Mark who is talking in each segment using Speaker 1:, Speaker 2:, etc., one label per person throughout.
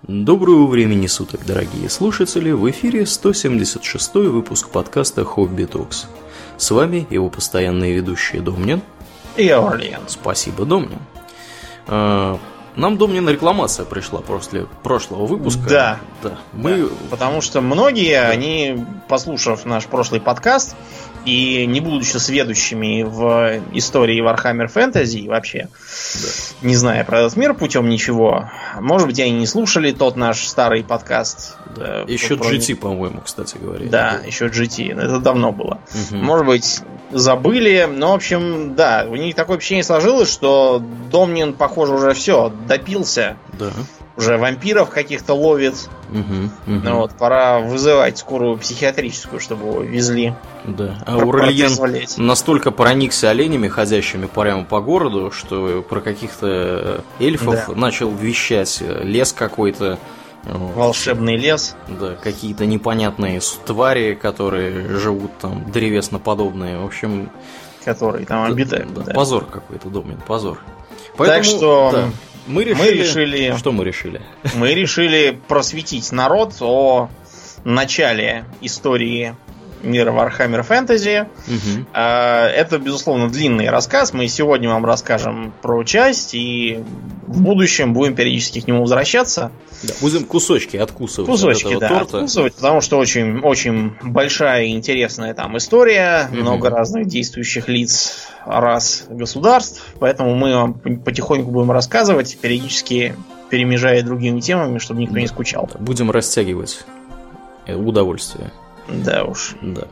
Speaker 1: Доброго времени суток, дорогие слушатели! В эфире 176-й выпуск подкаста Хобби Токс. С вами его постоянные ведущие Домнин
Speaker 2: и Орлиен.
Speaker 1: Спасибо, Домнин. Нам, Домнин, рекламация пришла после прошлого выпуска.
Speaker 2: Да. Потому что многие, они, послушав наш прошлый подкаст и не будучи сведущими в истории Warhammer Fantasy и вообще, не зная про этот мир путем ничего, может быть, они не слушали тот наш старый подкаст.
Speaker 1: Да, еще GT, по-моему, кстати говоря.
Speaker 2: Да, еще GT. Это давно было. Угу. Может быть, забыли. Но, в общем, да, у них такое ощущение сложилось, что Домнин, похоже, уже все, допился.
Speaker 1: Да.
Speaker 2: Уже вампиров каких-то ловит. Ну вот, пора вызывать скорую психиатрическую, чтобы его везли.
Speaker 1: Да. А Уральен настолько проникся оленями, ходящими прямо по городу, что про каких-то эльфов начал вещать. Лес какой-то.
Speaker 2: Волшебный лес.
Speaker 1: Да, какие-то непонятные твари, которые живут там, древесноподобные. В общем,
Speaker 2: которые там обитают.
Speaker 1: Да. Позор какой-то, Домнин, позор.
Speaker 2: Поэтому, так что...
Speaker 1: Да. Мы решили... Что мы решили?
Speaker 2: Мы решили просветить народ о начале истории мира Warhammer Fantasy. Угу. Это, безусловно, длинный рассказ. Мы сегодня вам расскажем про часть, и в будущем будем периодически к нему возвращаться.
Speaker 1: Да, будем кусочки откусывать.
Speaker 2: Кусочки,
Speaker 1: от этого торта.
Speaker 2: Откусывать, потому что очень, очень большая и интересная там история, много разных действующих лиц, рас, государств. Поэтому мы вам потихоньку будем рассказывать, периодически перемежая другими темами, чтобы никто не скучал.
Speaker 1: Будем растягивать удовольствие.
Speaker 2: Да уж.
Speaker 1: Да.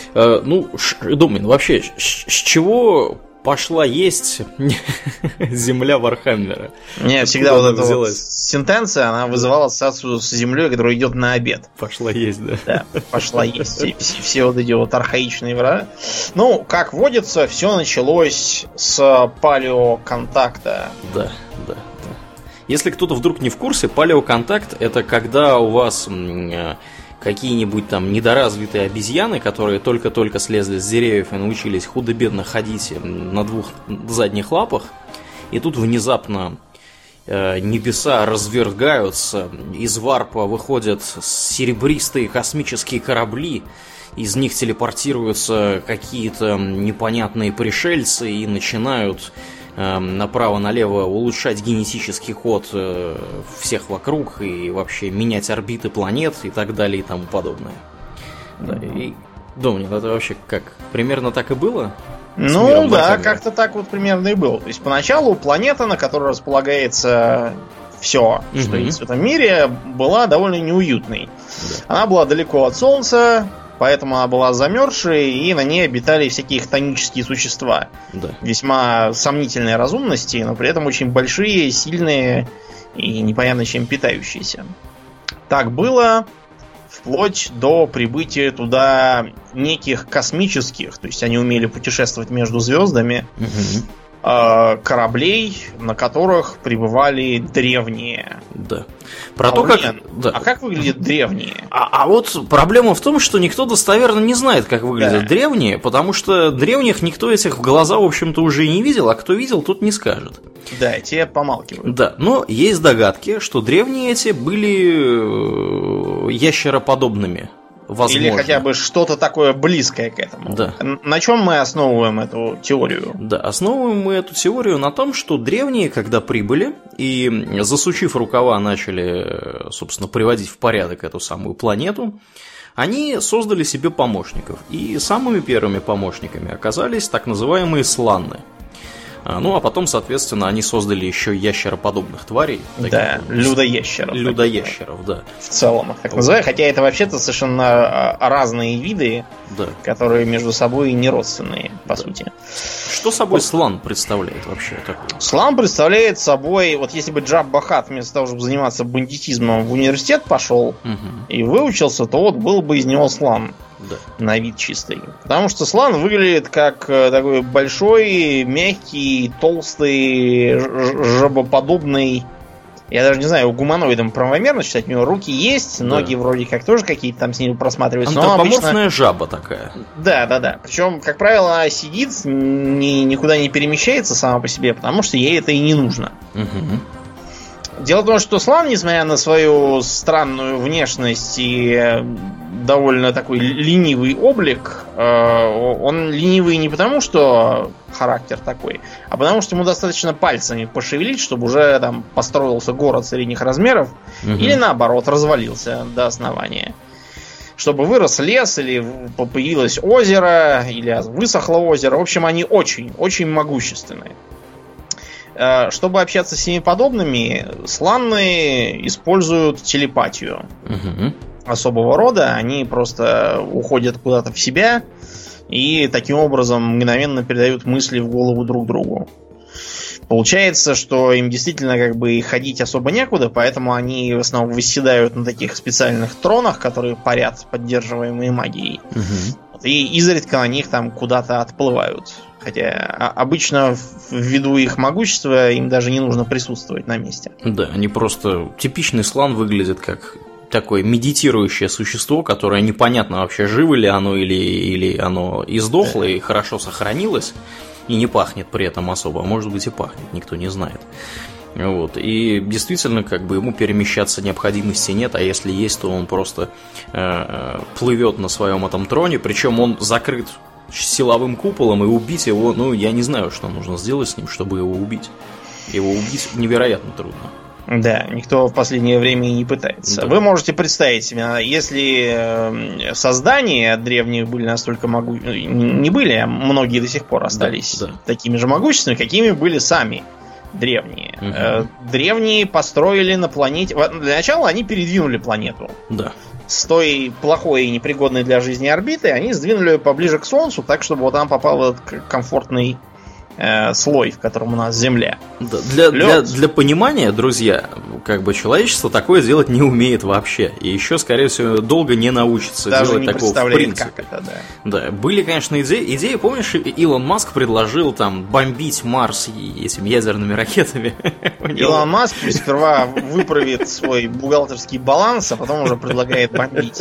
Speaker 1: Домнин, вообще, с чего пошла есть земля Вархаммера?
Speaker 2: Мне всегда вот эта вот сентенция, она вызывала ассоциацию с землей, которая идет на обед.
Speaker 1: Пошла есть, да?
Speaker 2: Да, пошла есть. Все вот эти вот архаичные врага. Ну, как водится, все началось с палеоконтакта.
Speaker 1: Да. Если кто-то вдруг не в курсе, палеоконтакт — это когда у вас... какие-нибудь там недоразвитые обезьяны, которые только-только слезли с деревьев и научились худо-бедно ходить на двух задних лапах, и тут внезапно небеса развергаются, из варпа выходят серебристые космические корабли, из них телепортируются какие-то непонятные пришельцы и начинают направо-налево улучшать генетический код всех вокруг и вообще менять орбиты планет и так далее и тому подобное. Да, и, Домнин, это вообще как? Примерно так и было?
Speaker 2: Ну да, как-то так вот примерно и было. То есть поначалу планета, на которой располагается все, что есть в этом мире, была довольно неуютной. Да. Она была далеко от Солнца, поэтому она была замерзшей, и на ней обитали всякие хтонические существа.
Speaker 1: Да.
Speaker 2: Весьма сомнительной разумности, но при этом очень большие, сильные и непонятно чем питающиеся. Так было вплоть до прибытия туда неких космических, то есть они умели путешествовать между звездами, кораблей, на которых пребывали древние.
Speaker 1: Да. Про то, как...
Speaker 2: Да. А как выглядят древние?
Speaker 1: А вот проблема в том, что никто достоверно не знает, как выглядят древние, потому что древних никто этих в глаза, в общем-то, уже и не видел, а кто видел, тот не скажет.
Speaker 2: Да, те помалкивают.
Speaker 1: Да, но есть догадки, что древние эти были ящероподобными. Возможно.
Speaker 2: Или хотя бы что-то такое близкое к этому.
Speaker 1: Да.
Speaker 2: На чем мы основываем эту теорию?
Speaker 1: Да, основываем мы эту теорию на том, что древние, когда прибыли и, засучив рукава, начали, собственно, приводить в порядок эту самую планету, они создали себе помощников. И самыми первыми помощниками оказались так называемые сланны. Ну, а потом, соответственно, они создали еще ящероподобных тварей.
Speaker 2: Да, людоящеров.
Speaker 1: Людоящеров, да.
Speaker 2: В целом их так называют. Хотя это вообще-то совершенно разные виды, которые между собой не родственные, по сути.
Speaker 1: Что собой слан представляет вообще такой?
Speaker 2: Слан представляет собой, вот если бы Джабба Хат вместо того, чтобы заниматься бандитизмом, в университет пошел и выучился, то вот был бы из него слан.
Speaker 1: Да.
Speaker 2: На вид чистый. Потому что слан выглядит как такой большой, мягкий, толстый, жабоподобный. Я даже не знаю, гуманоидом правомерно считать. У него руки есть, ноги вроде как тоже какие-то там с ним просматриваются.
Speaker 1: Антропоморфная
Speaker 2: обычно...
Speaker 1: жаба такая.
Speaker 2: Да. Причем, как правило, она сидит, никуда не перемещается сама по себе, потому что ей это и не нужно. Дело в том, что слан, несмотря на свою странную внешность и довольно такой ленивый облик, он ленивый не потому, что характер такой, а потому, что ему достаточно пальцами пошевелить, чтобы уже там построился город средних размеров, или наоборот, развалился до основания. Чтобы вырос лес, или появилось озеро, или высохло озеро. В общем, они очень могущественные. Чтобы общаться с ними подобными, сланны используют телепатию особого рода. Они просто уходят куда-то в себя и таким образом мгновенно передают мысли в голову друг другу. Получается, что им действительно как бы ходить особо некуда, поэтому они в основном восседают на таких специальных тронах, которые парят, поддерживаемые магией. И изредка на них там куда-то отплывают. Хотя обычно ввиду их могущества им даже не нужно присутствовать на месте.
Speaker 1: Да, они просто... Типичный слан выглядит как такое медитирующее существо, которое непонятно вообще, живо ли оно или оно издохло и хорошо сохранилось, и не пахнет при этом особо. А может быть и пахнет, никто не знает. Вот. И действительно, как бы ему перемещаться необходимости нет, а если есть, то он просто плывет на своем этом троне, причем он закрыт силовым куполом, и убить его, ну, я не знаю, что нужно сделать с ним, чтобы его убить. Его убить невероятно трудно.
Speaker 2: Да, никто в последнее время и не пытается. Да. Вы можете представить себе, если создания древних были настолько могущественны, не были, а многие до сих пор остались такими же могущественными, какими были сами древние. Древние построили на планете... Для начала они передвинули планету.
Speaker 1: Да.
Speaker 2: С той плохой и непригодной для жизни орбиты они сдвинули ее поближе к Солнцу, так, чтобы вот там попал этот комфортный слой, в котором у нас Земля.
Speaker 1: Да, для понимания, друзья, как бы человечество такое делать не умеет вообще. И еще, скорее всего, долго не научится
Speaker 2: даже
Speaker 1: делать
Speaker 2: не
Speaker 1: такого в принципе.
Speaker 2: Как это,
Speaker 1: да, были, конечно, идеи. Помнишь, Илон Маск предложил там бомбить Марс этими ядерными ракетами?
Speaker 2: Илон Маск сперва выправит свой бухгалтерский баланс, а потом уже предлагает бомбить.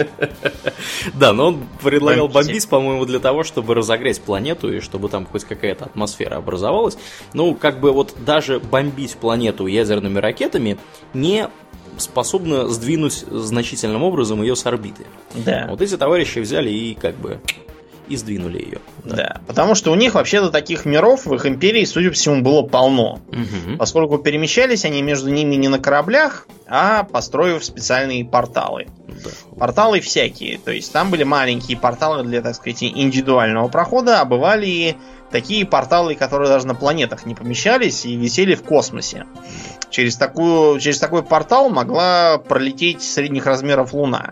Speaker 1: Да, но он предлагал бомбить, по-моему, для того, чтобы разогреть планету и чтобы там хоть какая-то атмосфера образовалась. Ну, как бы вот даже бомбить планету ядерными ракетами не способно сдвинуть значительным образом ее с орбиты.
Speaker 2: Да.
Speaker 1: Вот эти товарищи взяли и как бы и сдвинули ее.
Speaker 2: Да, потому что у них вообще-то таких миров в их империи, судя по всему, было полно. Поскольку перемещались они между ними не на кораблях, а построив специальные порталы. Да. Порталы всякие. То есть там были маленькие порталы для, так сказать, индивидуального прохода, а бывали и такие порталы, которые даже на планетах не помещались и висели в космосе. Через такой портал могла пролететь средних размеров Луна.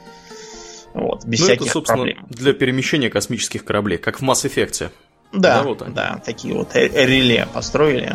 Speaker 2: Вот, без всяких
Speaker 1: это,
Speaker 2: проблем.
Speaker 1: Для перемещения космических кораблей, как в Mass Effect.
Speaker 2: Да, такие вот реле построили.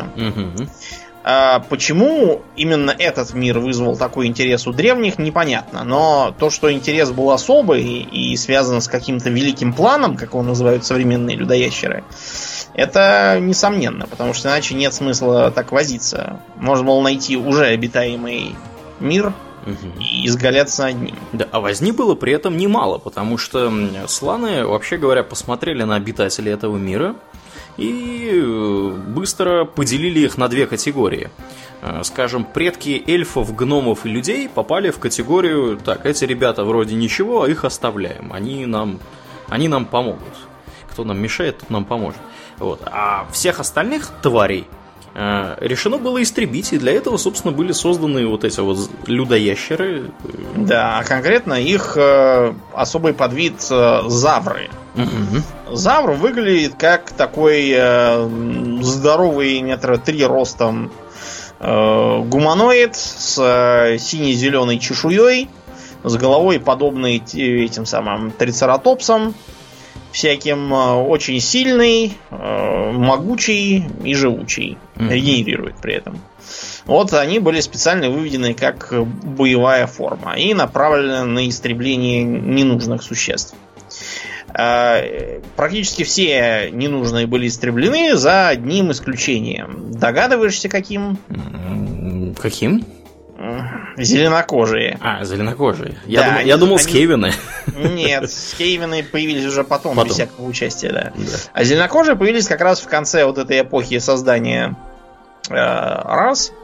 Speaker 2: Почему именно этот мир вызвал такой интерес у древних, непонятно. Но то, что интерес был особый и связан с каким-то великим планом, как его называют современные людоящеры, это несомненно, потому что иначе нет смысла так возиться. Можно было найти уже обитаемый мир и изгаляться над ним.
Speaker 1: Да, а возни было при этом немало, потому что сланы, вообще говоря, посмотрели на обитателей этого мира и быстро поделили их на две категории. Скажем, предки эльфов, гномов и людей попали в категорию: так, эти ребята вроде ничего, а их оставляем, они нам помогут. Кто нам мешает, тот нам поможет. Вот. А всех остальных тварей решено было истребить, и для этого, собственно, были созданы вот эти вот людоящеры.
Speaker 2: Да, а конкретно их особый подвид завры. Завр выглядит как такой здоровый 3 метра ростом гуманоид с сине-зеленой чешуей, с головой, подобной этим самым трицератопсам всяким, очень сильный, могучий и живучий. Регенерирует при этом. Вот они были специально выведены как боевая форма и направлены на истребление ненужных существ. Практически все ненужные были истреблены за одним исключением. Догадываешься, каким?
Speaker 1: Каким?
Speaker 2: Зеленокожие.
Speaker 1: Зеленокожие. Я думал, скейвены.
Speaker 2: Нет, скейвены появились уже потом. Без всякого участия, да. А зеленокожие появились как раз в конце вот этой эпохи создания рас.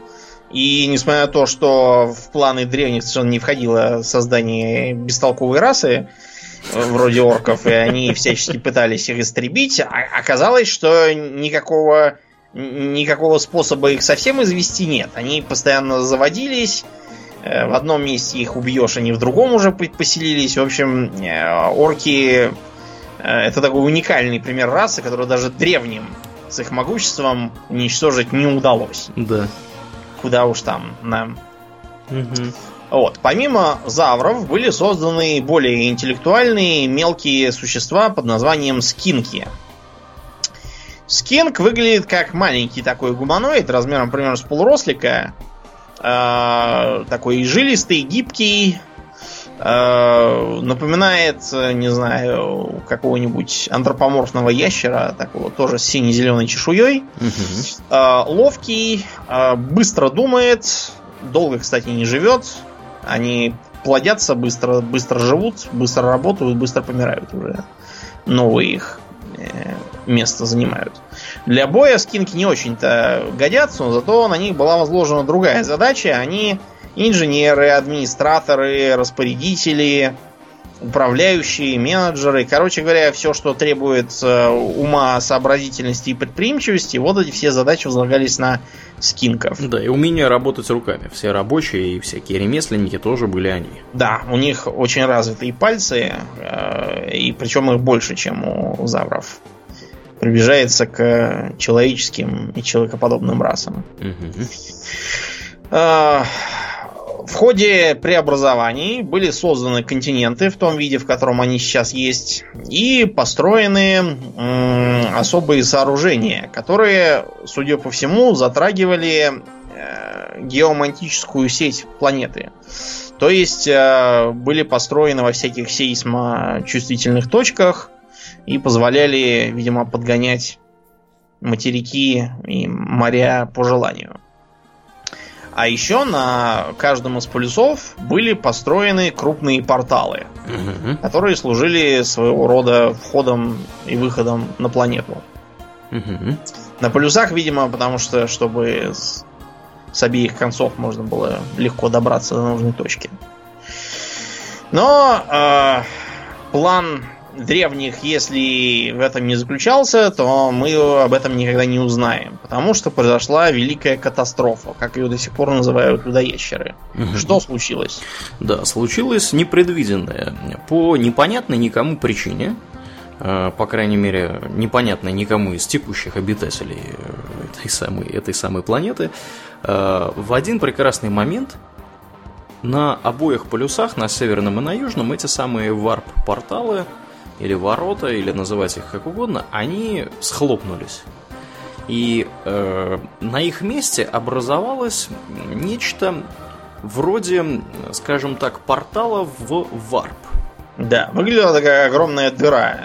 Speaker 2: И несмотря на то, что в планы древних совершенно не входило создание бестолковой расы, вроде орков, и они всячески пытались их истребить, оказалось, что никакого способа их совсем извести нет. Они постоянно заводились, в одном месте их убьешь, они в другом уже поселились. В общем, орки это такой уникальный пример расы, который даже древним с их могуществом уничтожить не удалось.
Speaker 1: Да.
Speaker 2: Куда уж там нам. Угу. Вот. Помимо завров были созданы более интеллектуальные мелкие существа под названием скинки. Скинк выглядит как маленький такой гуманоид, размером примерно с полурослика. Такой жилистый, гибкий. Напоминает, не знаю, какого-нибудь антропоморфного ящера, такого тоже с сине-зеленой чешуей. Ловкий, быстро думает, долго, кстати, не живет. Они плодятся быстро, быстро живут, быстро работают, быстро помирают уже. Новые их место занимают. Для боя скинки не очень-то годятся, но зато на них была возложена другая задача. Они инженеры, администраторы, распорядители, управляющие, менеджеры. Короче говоря, все, что требует ума, сообразительности и предприимчивости, вот эти все задачи возлагались на скинков.
Speaker 1: Да, и умение работать руками. Все рабочие и всякие ремесленники тоже были они.
Speaker 2: Да, у них очень развитые пальцы, и причем их больше, чем у завров. Приближается к человеческим и человекоподобным расам. В ходе преобразований были созданы континенты в том виде, в котором они сейчас есть, и построены особые сооружения, которые, судя по всему, затрагивали геомантическую сеть планеты. То есть были построены во всяких сейсмочувствительных точках и позволяли, видимо, подгонять материки и моря по желанию. А еще на каждом из полюсов были построены крупные порталы, которые служили своего рода входом и выходом на планету. На полюсах, видимо, потому что, чтобы с обеих концов можно было легко добраться до нужной точки. Но план древних, если в этом не заключался, то мы об этом никогда не узнаем. Потому что произошла великая катастрофа, как ее до сих пор называют людоящеры. Что случилось?
Speaker 1: Да, случилось непредвиденное. По непонятной никому причине, по крайней мере, непонятной никому из текущих обитателей этой самой планеты, в один прекрасный момент на обоих полюсах, на северном и на южном, эти самые варп-порталы или ворота, или называть их как угодно, они схлопнулись. И на их месте образовалось нечто вроде, скажем так, портала в варп.
Speaker 2: Да, выглядела такая огромная дыра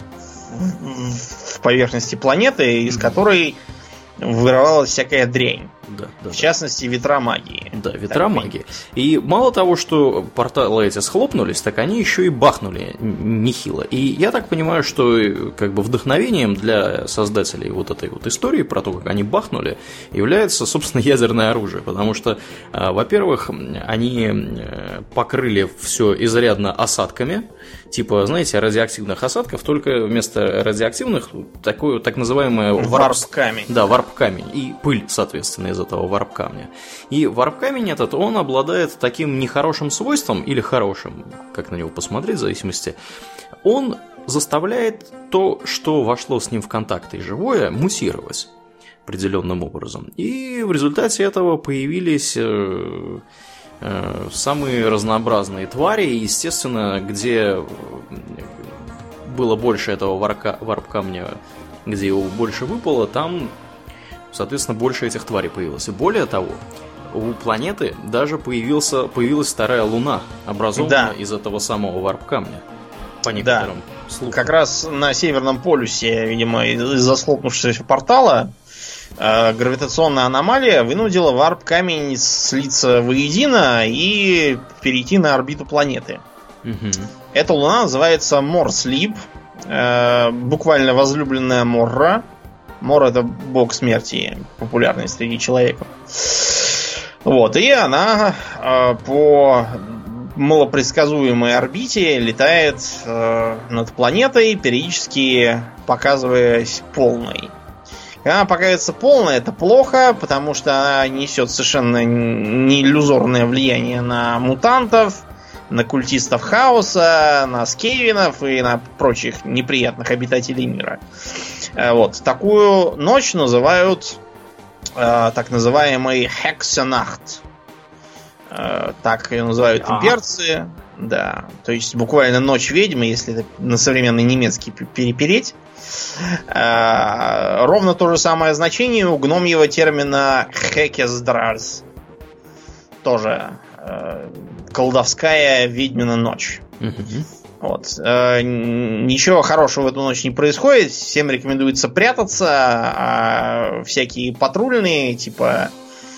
Speaker 2: в поверхности планеты, из которой вырывалась всякая дрянь.
Speaker 1: Да,
Speaker 2: в частности, ветра магии.
Speaker 1: Да, ветра магии. И мало того, что порталы эти схлопнулись, так они еще и бахнули нехило. И я так понимаю, что как бы вдохновением для создателей вот этой вот истории про то, как они бахнули, является, собственно, ядерное оружие. Потому что, во-первых, они покрыли все изрядно осадками, типа, знаете, радиоактивных осадков, только вместо радиоактивных такое так называемое
Speaker 2: варп-камень.
Speaker 1: Да, варп-камень. И пыль, соответственно, из этого варп-камня. И варп-камень этот, он обладает таким нехорошим свойством, или хорошим, как на него посмотреть, в зависимости, он заставляет то, что вошло с ним в контакт и живое, мутировать определенным образом. И в результате этого появились самые разнообразные твари, и, естественно, где было больше этого варп-камня, где его больше выпало, там, соответственно, больше этих тварей появилось. И более того, у планеты даже появилась вторая луна, образованная из этого самого варп-камня. По некоторым слухам.
Speaker 2: Как раз на Северном полюсе, видимо, из-за схлопнувшегося портала, гравитационная аномалия вынудила варп-камень слиться воедино и перейти на орбиту планеты. Эта луна называется Морслип, буквально возлюбленная Морра. Мор — это бог смерти, популярный среди человеков. Вот, и она по малопредсказуемой орбите летает над планетой, периодически показываясь полной. Когда она показывается полной, это плохо, потому что она несет совершенно не иллюзорное влияние на мутантов, на культистов хаоса, на скейвинов и на прочих неприятных обитателей мира. Вот. Такую ночь называют так называемый Hexenacht. Так ее называют имперцы. Да. То есть буквально ночь ведьмы, если это на современный немецкий перепереть. Ровно то же самое значение у гномьего термина Hekesdrars. Тоже колдовская ведьмина ночь. Вот. Ничего хорошего в эту ночь не происходит. Всем рекомендуется прятаться, а всякие патрульные, типа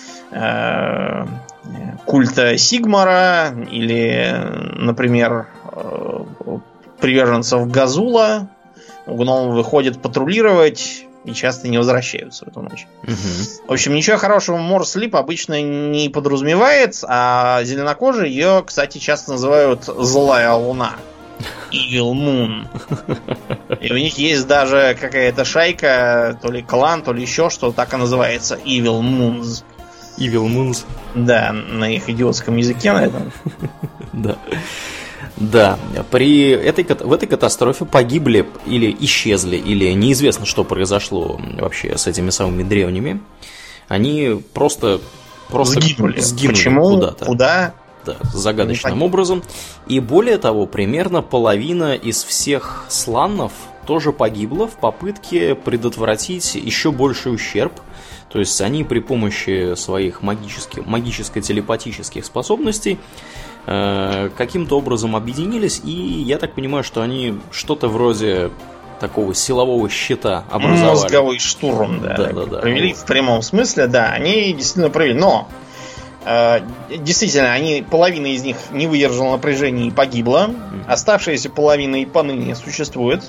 Speaker 2: культа Сигмара или, например, приверженцев Газула, гномы выходят патрулировать и часто не возвращаются в эту ночь. В общем, ничего хорошего Морс-Лип обычно не подразумевает, а зеленокожие ее, кстати, часто называют «злая луна». Evil Moon. И у них есть даже какая-то шайка, то ли клан, то ли еще что, так и называется Evil Moons.
Speaker 1: Evil Moons.
Speaker 2: Да, на их идиотском языке, на этом.
Speaker 1: Да. Да, в этой катастрофе погибли или исчезли, или неизвестно, что произошло вообще с этими самыми древними. Они просто сгинули
Speaker 2: Почему?
Speaker 1: Куда-то.
Speaker 2: Куда?
Speaker 1: Да, загадочным образом. И более того, примерно половина из всех сланнов тоже погибла в попытке предотвратить еще больший ущерб. То есть они при помощи своих магическо-телепатических способностей каким-то образом объединились, и я так понимаю, что они что-то вроде такого силового щита образовали.
Speaker 2: Мозговой штурм, да. Провели в прямом смысле, да, они действительно провели. Но действительно, половина из них не выдержала напряжения и погибла. Оставшаяся половина и поныне существует.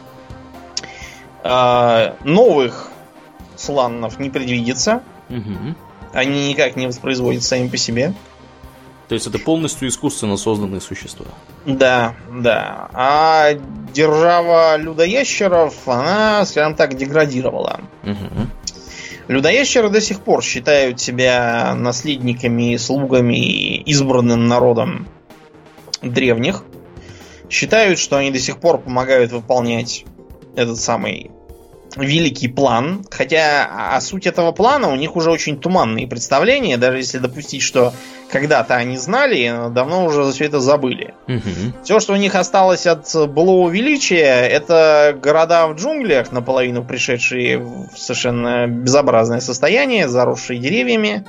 Speaker 2: Новых сланнов не предвидится. Они никак не воспроизводятся сами по себе.
Speaker 1: То есть это полностью искусственно созданные существа.
Speaker 2: Да, да. А держава людоящеров, она, скажем так, деградировала. Людоящеры до сих пор считают себя наследниками и слугами избранным народом древних. Считают, что они до сих пор помогают выполнять этот самый великий план. Хотя о сути этого плана у них уже очень туманные представления. Даже если допустить, что когда-то они знали, давно уже за все это забыли. Все, что у них осталось от былого величия, это города в джунглях, наполовину пришедшие в совершенно безобразное состояние, заросшие деревьями.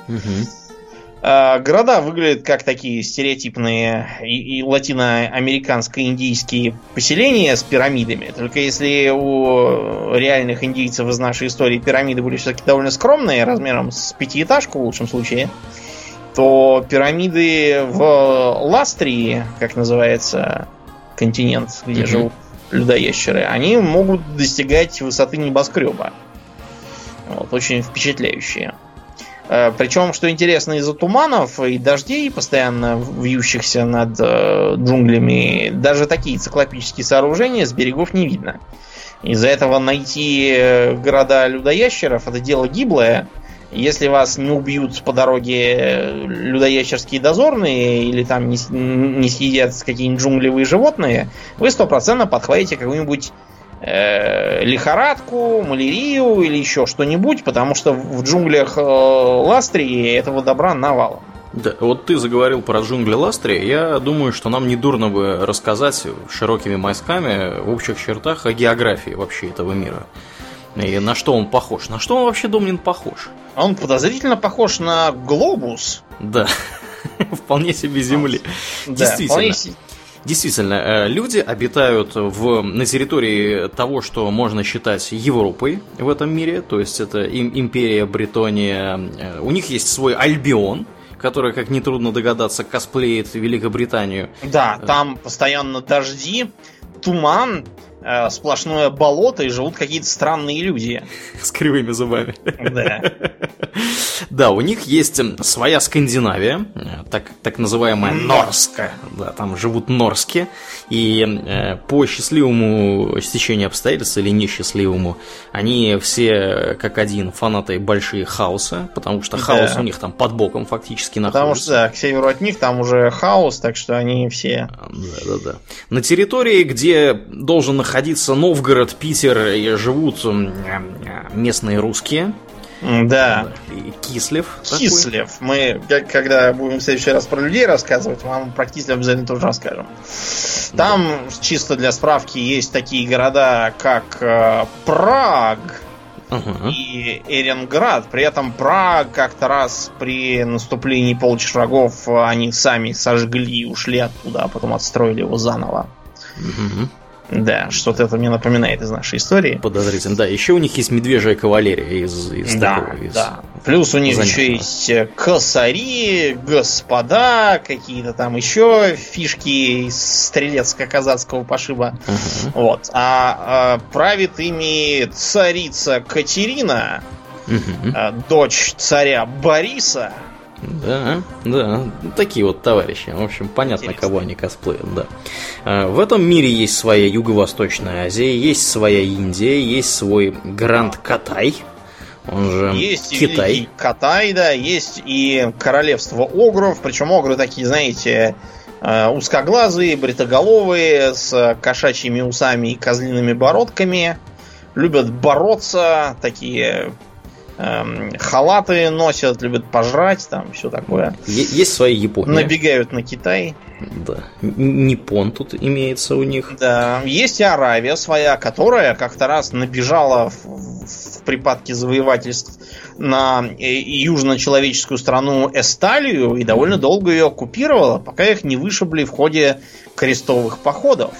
Speaker 2: Города выглядят как такие стереотипные и латиноамериканско-индийские поселения с пирамидами. Только если у реальных индийцев из нашей истории пирамиды были все-таки довольно скромные, размером с пятиэтажку в лучшем случае, то пирамиды в Ластрии, как называется континент, где живут людоящеры, они могут достигать высоты небоскреба. Вот, очень впечатляющие. Причем, что интересно, из-за туманов и дождей, постоянно вьющихся над джунглями, даже такие циклопические сооружения с берегов не видно. Из-за этого найти города людоящеров — это дело гиблое. Если вас не убьют по дороге людоящерские дозорные или там не съедят какие-нибудь джунглевые животные, вы 100% подхватите какую-нибудь лихорадку, малярию или еще что-нибудь, потому что в джунглях Ластрии этого добра навалом.
Speaker 1: Да, вот ты заговорил про джунгли Ластрии. Я думаю, что нам недурно бы рассказать широкими мазками в общих чертах о географии вообще этого мира. И на что он похож? На что он вообще, Домнин, похож?
Speaker 2: Он подозрительно похож на глобус.
Speaker 1: Да, вполне себе Земли. Действительно. Действительно, люди обитают на территории того, что можно считать Европой в этом мире. То есть это империя Бретония. У них есть свой Альбион, который, как нетрудно догадаться, косплеит Великобританию.
Speaker 2: Да, там постоянно дожди, туман, сплошное болото и живут какие-то странные люди.
Speaker 1: С кривыми зубами.
Speaker 2: Да.
Speaker 1: Да, у них есть своя Скандинавия, так называемая Норска. Да, там живут норски. И по счастливому стечению обстоятельств или несчастливому, они все как один фанаты большие хаоса, потому что хаос у них там под боком фактически находится.
Speaker 2: Потому что, да, к северу от них там уже хаос, так что они все...
Speaker 1: Да. На территории, где должен находиться Новгород, Питер, живут местные русские.
Speaker 2: Да.
Speaker 1: И Кислев.
Speaker 2: Кислев. Такой. Мы, когда будем в следующий раз про людей рассказывать, вам про Кислев обязательно тоже расскажем. Там, чисто для справки, есть такие города, как Праг и Эренград. При этом Праг как-то раз при наступлении полчищ врагов они сами сожгли и ушли оттуда, а потом отстроили его заново. Да, что-то это мне напоминает из нашей истории.
Speaker 1: Подозрительно, да. Еще у них есть медвежья кавалерия из такого.
Speaker 2: Да. Плюс у них еще есть косари, господа, какие-то там еще фишки из стрелецко-казацкого пошиба. Вот. А правит ими царица Катерина, дочь царя Бориса.
Speaker 1: Да, такие вот товарищи. В общем, понятно, интересно, кого они косплеят, да. В этом мире есть своя Юго-Восточная Азия, есть своя Индия, есть свой Гранд Катай, он же
Speaker 2: есть
Speaker 1: Китай.
Speaker 2: Есть Катай, да, есть и королевство огров, причем огры такие, знаете, узкоглазые, бритоголовые, с кошачьими усами и козлиными бородками, любят бороться, такие... халаты носят, любят пожрать, там все такое.
Speaker 1: Есть своя Япония.
Speaker 2: Набегают на Китай.
Speaker 1: Да. Ниппон тут имеется у них.
Speaker 2: Да. Есть и Аравия своя, которая как-то раз набежала в припадке завоевательств на южно-человеческую страну Эсталию и довольно долго ее оккупировала, пока их не вышибли в ходе крестовых походов.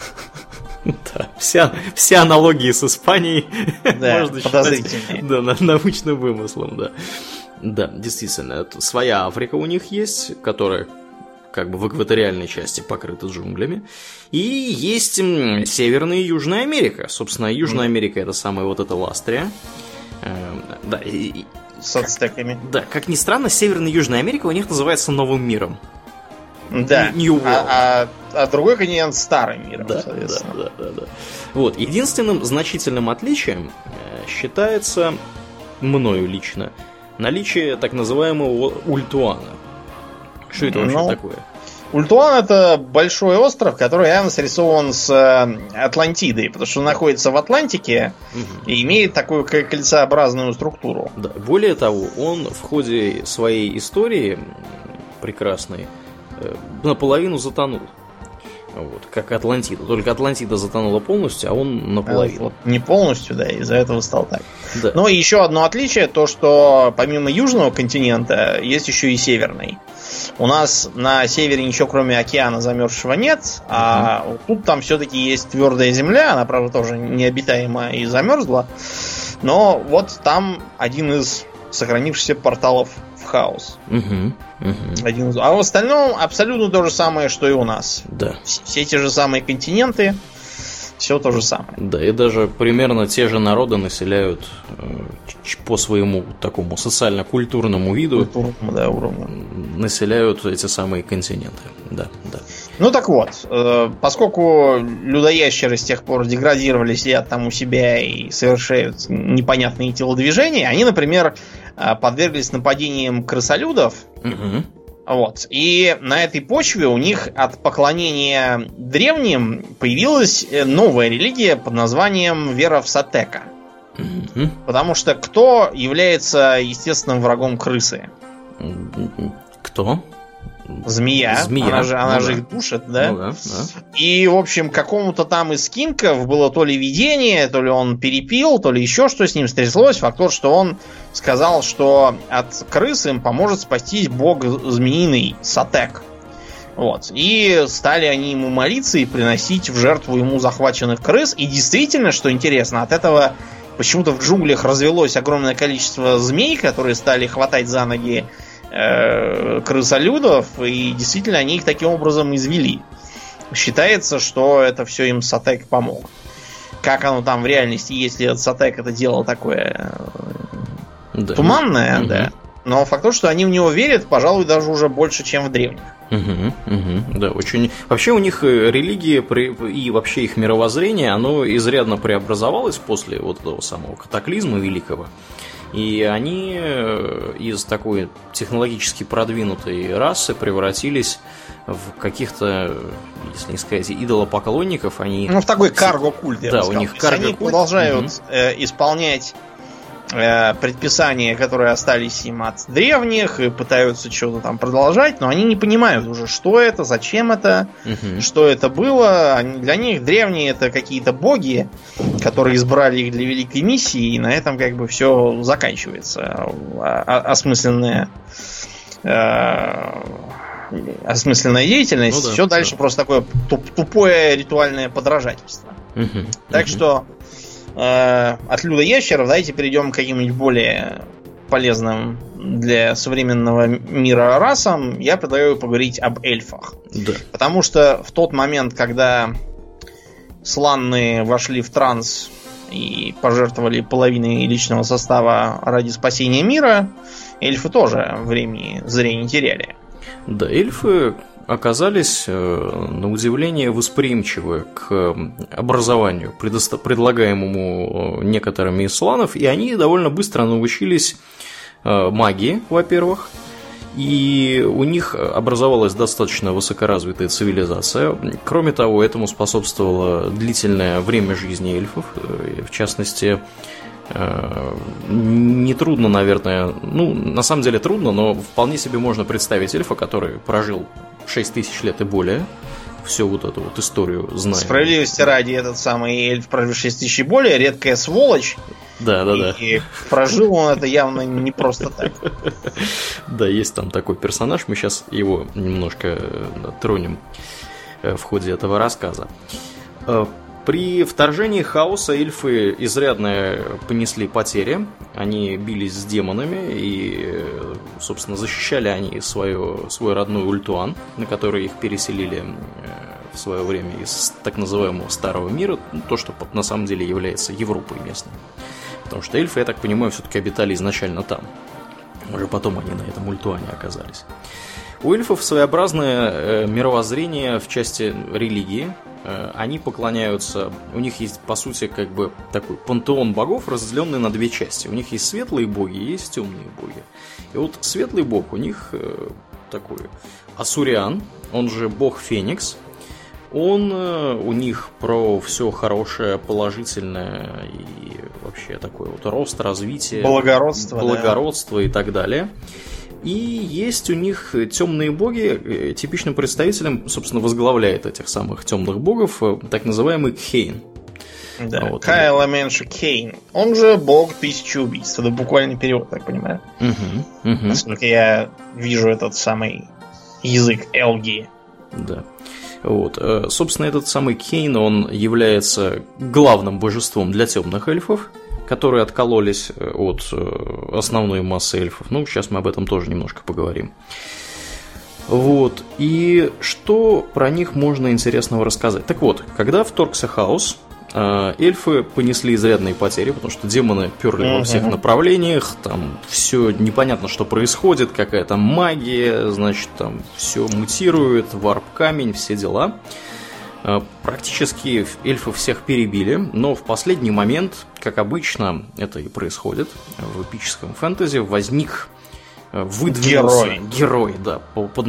Speaker 1: Да, все аналогии с Испанией можно
Speaker 2: считать
Speaker 1: научным вымыслом, да. Да, действительно, своя Африка у них есть, которая как бы в экваториальной части покрыта джунглями. И есть Северная и Южная Америка. Собственно, Южная Америка это самая вот эта Ластрия. Да,
Speaker 2: с ацтеками.
Speaker 1: Да, как ни странно, Северная и Южная Америка у них называется Новым миром.
Speaker 2: Да, а другой континент старым миром, соответственно.
Speaker 1: Да. Вот, единственным значительным отличием считается, мною лично, наличие так называемого Ультуана. Что это вообще такое?
Speaker 2: Ультуан — это большой остров, который явно срисован с Атлантидой, потому что он находится в Атлантике и имеет такую кольцеобразную структуру.
Speaker 1: Да, более того, он в ходе своей истории прекрасной наполовину затонул. Вот, как Атлантида. Только Атлантида затонула полностью, а он наполовину.
Speaker 2: Вот, не полностью, да, из-за этого стал так.
Speaker 1: Да.
Speaker 2: Но еще одно отличие, то что помимо южного континента есть еще и северный. У нас на севере ничего кроме океана замерзшего нет, а вот тут там все-таки есть твердая земля, она, правда, тоже необитаема и замерзла. Но вот там один из сохранившихся порталов в хаос. А в остальном абсолютно то же самое, что и у нас.
Speaker 1: Да.
Speaker 2: Все те же самые континенты, все то же самое.
Speaker 1: Да, и даже примерно те же народы населяют по своему такому социально-культурному виду.
Speaker 2: Уровню.
Speaker 1: Населяют эти самые континенты. Да.
Speaker 2: Ну так вот, поскольку людоящеры с тех пор деградировали, сидят там у себя и совершают непонятные телодвижения, они, например, подверглись нападениям крысолюдов. Вот. И на этой почве у них от поклонения древним появилась новая религия под названием вера в Сатека. Потому что кто является естественным врагом крысы?
Speaker 1: Кто?
Speaker 2: Змея. Она же их душит, да? И, в общем, какому-то там из кинков было то ли видение, то ли он перепил, то ли еще что с ним стряслось. Факт тот, что он сказал, что от крыс им поможет спастись бог змеиный Сатек. Вот. И стали они ему молиться и приносить в жертву ему захваченных крыс. И действительно, что интересно, от этого почему-то в джунглях развелось огромное количество змей, которые стали хватать за ноги крысолюдов, и действительно они их таким образом извели. Считается, что это все им Сатек помог. как оно там в реальности, если этот Сатек это дело такое туманное, да. Но факт то, что они в него верят, пожалуй, даже уже больше, чем в древних.
Speaker 1: Да, очень. Вообще у них религия и вообще их мировоззрение, оно изрядно преобразовалось после вот этого самого катаклизма великого. И они из такой технологически продвинутой расы превратились в каких-то, если не сказать, идолопоклонников. Они...
Speaker 2: в такой карго-культ, я бы сказал.
Speaker 1: У них карго-культ.
Speaker 2: Они продолжают исполнять предписания, которые остались им от древних, и пытаются что-то там продолжать, но они не понимают уже, что это, зачем это, что это было. Для них древние это какие-то боги, которые избрали их для великой миссии, и на этом как бы все заканчивается. Осмысленная деятельность, все дальше просто такое тупое ритуальное подражательство. Так что от людоящеров давайте перейдем к каким-нибудь более полезным для современного мира расам. Я предлагаю поговорить об эльфах.
Speaker 1: Да.
Speaker 2: Потому что в тот момент, когда сланные вошли в транс и пожертвовали половиной личного состава ради спасения мира, эльфы тоже времени зря не теряли.
Speaker 1: Да, эльфы оказались, на удивление, восприимчивы к образованию, предлагаемому некоторыми из сланов, и они довольно быстро научились магии, во-первых, и у них образовалась достаточно высокоразвитая цивилизация. Кроме того, этому способствовало длительное время жизни эльфов, в частности, нетрудно, наверное, на самом деле трудно, но вполне себе можно представить эльфа, который прожил 6000 лет и более, всю вот эту вот историю знает.
Speaker 2: Справедливости ради, этот самый эльф, прожил 6000 и более, редкая сволочь.
Speaker 1: Да.
Speaker 2: И прожил он это явно не просто так.
Speaker 1: Да, есть там такой персонаж, мы сейчас его немножко тронем в ходе этого рассказа. При вторжении хаоса эльфы изрядно понесли потери. Они бились с демонами и, собственно, защищали они свой родной Ультуан, на который их переселили в свое время из так называемого Старого Мира, то, что на самом деле является Европой местной. Потому что эльфы, я так понимаю, все-таки обитали изначально там. Уже потом они на этом Ультуане оказались. У эльфов своеобразное мировоззрение в части религии. Они поклоняются, у них есть, по сути, как бы такой пантеон богов, разделенный на две части. У них есть светлые боги, есть темные боги. И вот светлый бог у них такой Асуриан, он же бог Феникс. Он у них про все хорошее, положительное и вообще такой вот рост, развитие, благородство и так далее. И есть у них темные боги, типичным представителем, собственно, возглавляет этих самых темных богов так называемый Кейн.
Speaker 2: Да, вот Кайла Менша Кейн. Он же бог 1000 убийств. Это буквальный перевод, так понимаю. Насколько я вижу этот самый язык Элги.
Speaker 1: Да. Вот. Собственно, этот самый Кейн, он является главным божеством для темных эльфов, которые откололись от основной массы эльфов. Сейчас мы об этом тоже немножко поговорим. Вот. И что про них можно интересного рассказать? Так вот, когда вторгся хаос, эльфы понесли изрядные потери, потому что демоны перли во всех направлениях, там все непонятно, что происходит, какая-то магия, значит, там все мутирует, варп-камень, все дела. Практически эльфы всех перебили, но в последний момент, как обычно это и происходит в эпическом фэнтези, выдвинулся герой, да, по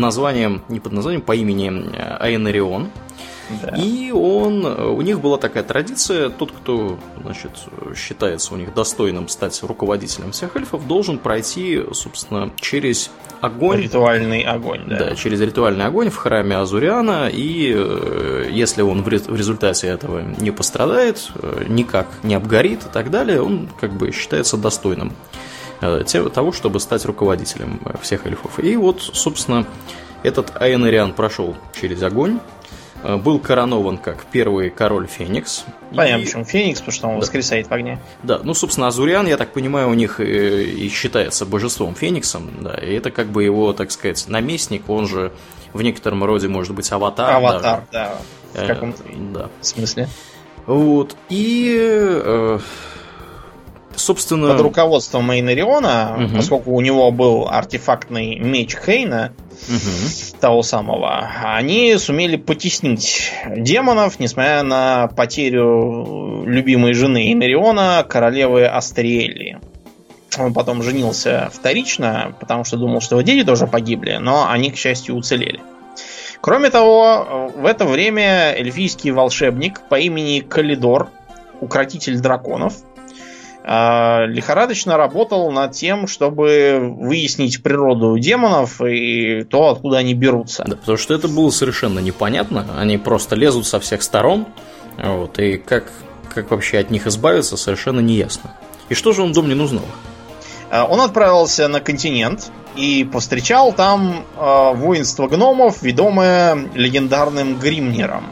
Speaker 1: имени Аэнарион. Да. И у них была такая традиция: тот, кто, значит, считается у них достойным стать руководителем всех эльфов, должен пройти, собственно, через огонь.
Speaker 2: Ритуальный огонь, да.
Speaker 1: Да, через ритуальный огонь в храме Азуриана, и если он в результате этого не пострадает, никак не обгорит и так далее, он как бы считается достойным того, чтобы стать руководителем всех эльфов. И вот, собственно, этот Аэнариан прошел через огонь, был коронован как первый король Феникс.
Speaker 2: Понятно, почему Феникс, потому что он воскресает в огне.
Speaker 1: Да, собственно, Азуриан, я так понимаю, у них и считается божеством Фениксом, да, и это как бы его, так сказать, наместник, он же в некотором роде может быть аватар.
Speaker 2: Аватар, даже. Да, в каком-то смысле.
Speaker 1: Вот. И, собственно...
Speaker 2: Под руководством Эйнариона, поскольку у него был артефактный меч Хейна, того самого, они сумели потеснить демонов, несмотря на потерю любимой жены Эйнариона, королевы Астриэлли. Он потом женился вторично, потому что думал, что его дети тоже погибли, но они, к счастью, уцелели. Кроме того, в это время эльфийский волшебник по имени Калидор, укротитель драконов, лихорадочно работал над тем, чтобы выяснить природу демонов и то, откуда они берутся.
Speaker 1: Да, потому что это было совершенно непонятно. Они просто лезут со всех сторон. Вот, и как вообще от них избавиться, совершенно неясно. И что же он Домнину узнал?
Speaker 2: Он отправился на континент и повстречал там воинство гномов, ведомое легендарным Гримниром.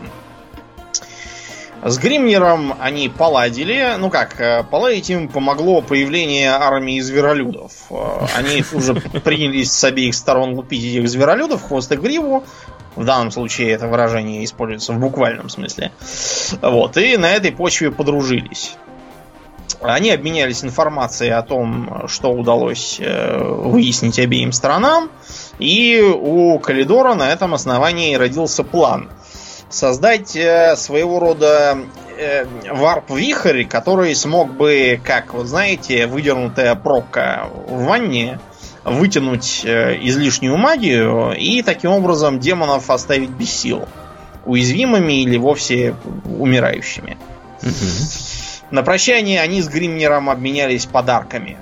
Speaker 2: С Гримниром они поладили. Ну как, поладить им помогло появление армии зверолюдов. Они уже принялись с обеих сторон лупить этих зверолюдов, хвост и гриву. В данном случае это выражение используется в буквальном смысле. Вот, и на этой почве подружились. Они обменялись информацией о том, что удалось выяснить обеим сторонам. И у Калидора на этом основании родился план создать своего рода варп-вихрь, который смог бы, как вы знаете, выдернутая пробка в ванне, вытянуть излишнюю магию и таким образом демонов оставить без сил, уязвимыми или вовсе умирающими. На прощание они с Гримниром обменялись подарками.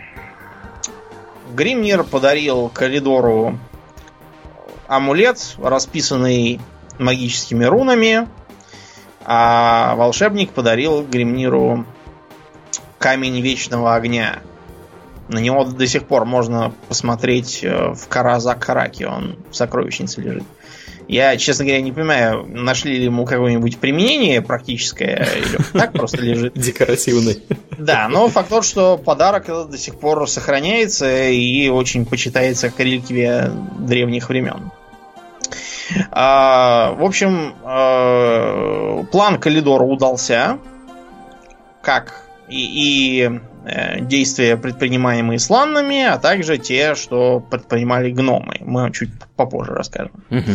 Speaker 2: Гримнир подарил Калидору амулет, расписанный магическими рунами, а волшебник подарил Гримниру камень вечного огня. На него до сих пор можно посмотреть в Каразак-Хараке, он в сокровищнице лежит. Я, честно говоря, не понимаю, нашли ли ему какое-нибудь применение практическое, или так просто лежит.
Speaker 1: Декоративный.
Speaker 2: Да, но факт тот, что подарок до сих пор сохраняется и очень почитается как реликвия древних времен. В общем, план Калидора удался, как и действия, предпринимаемые сланнами, а также те, что предпринимали гномы. Мы чуть попозже расскажем.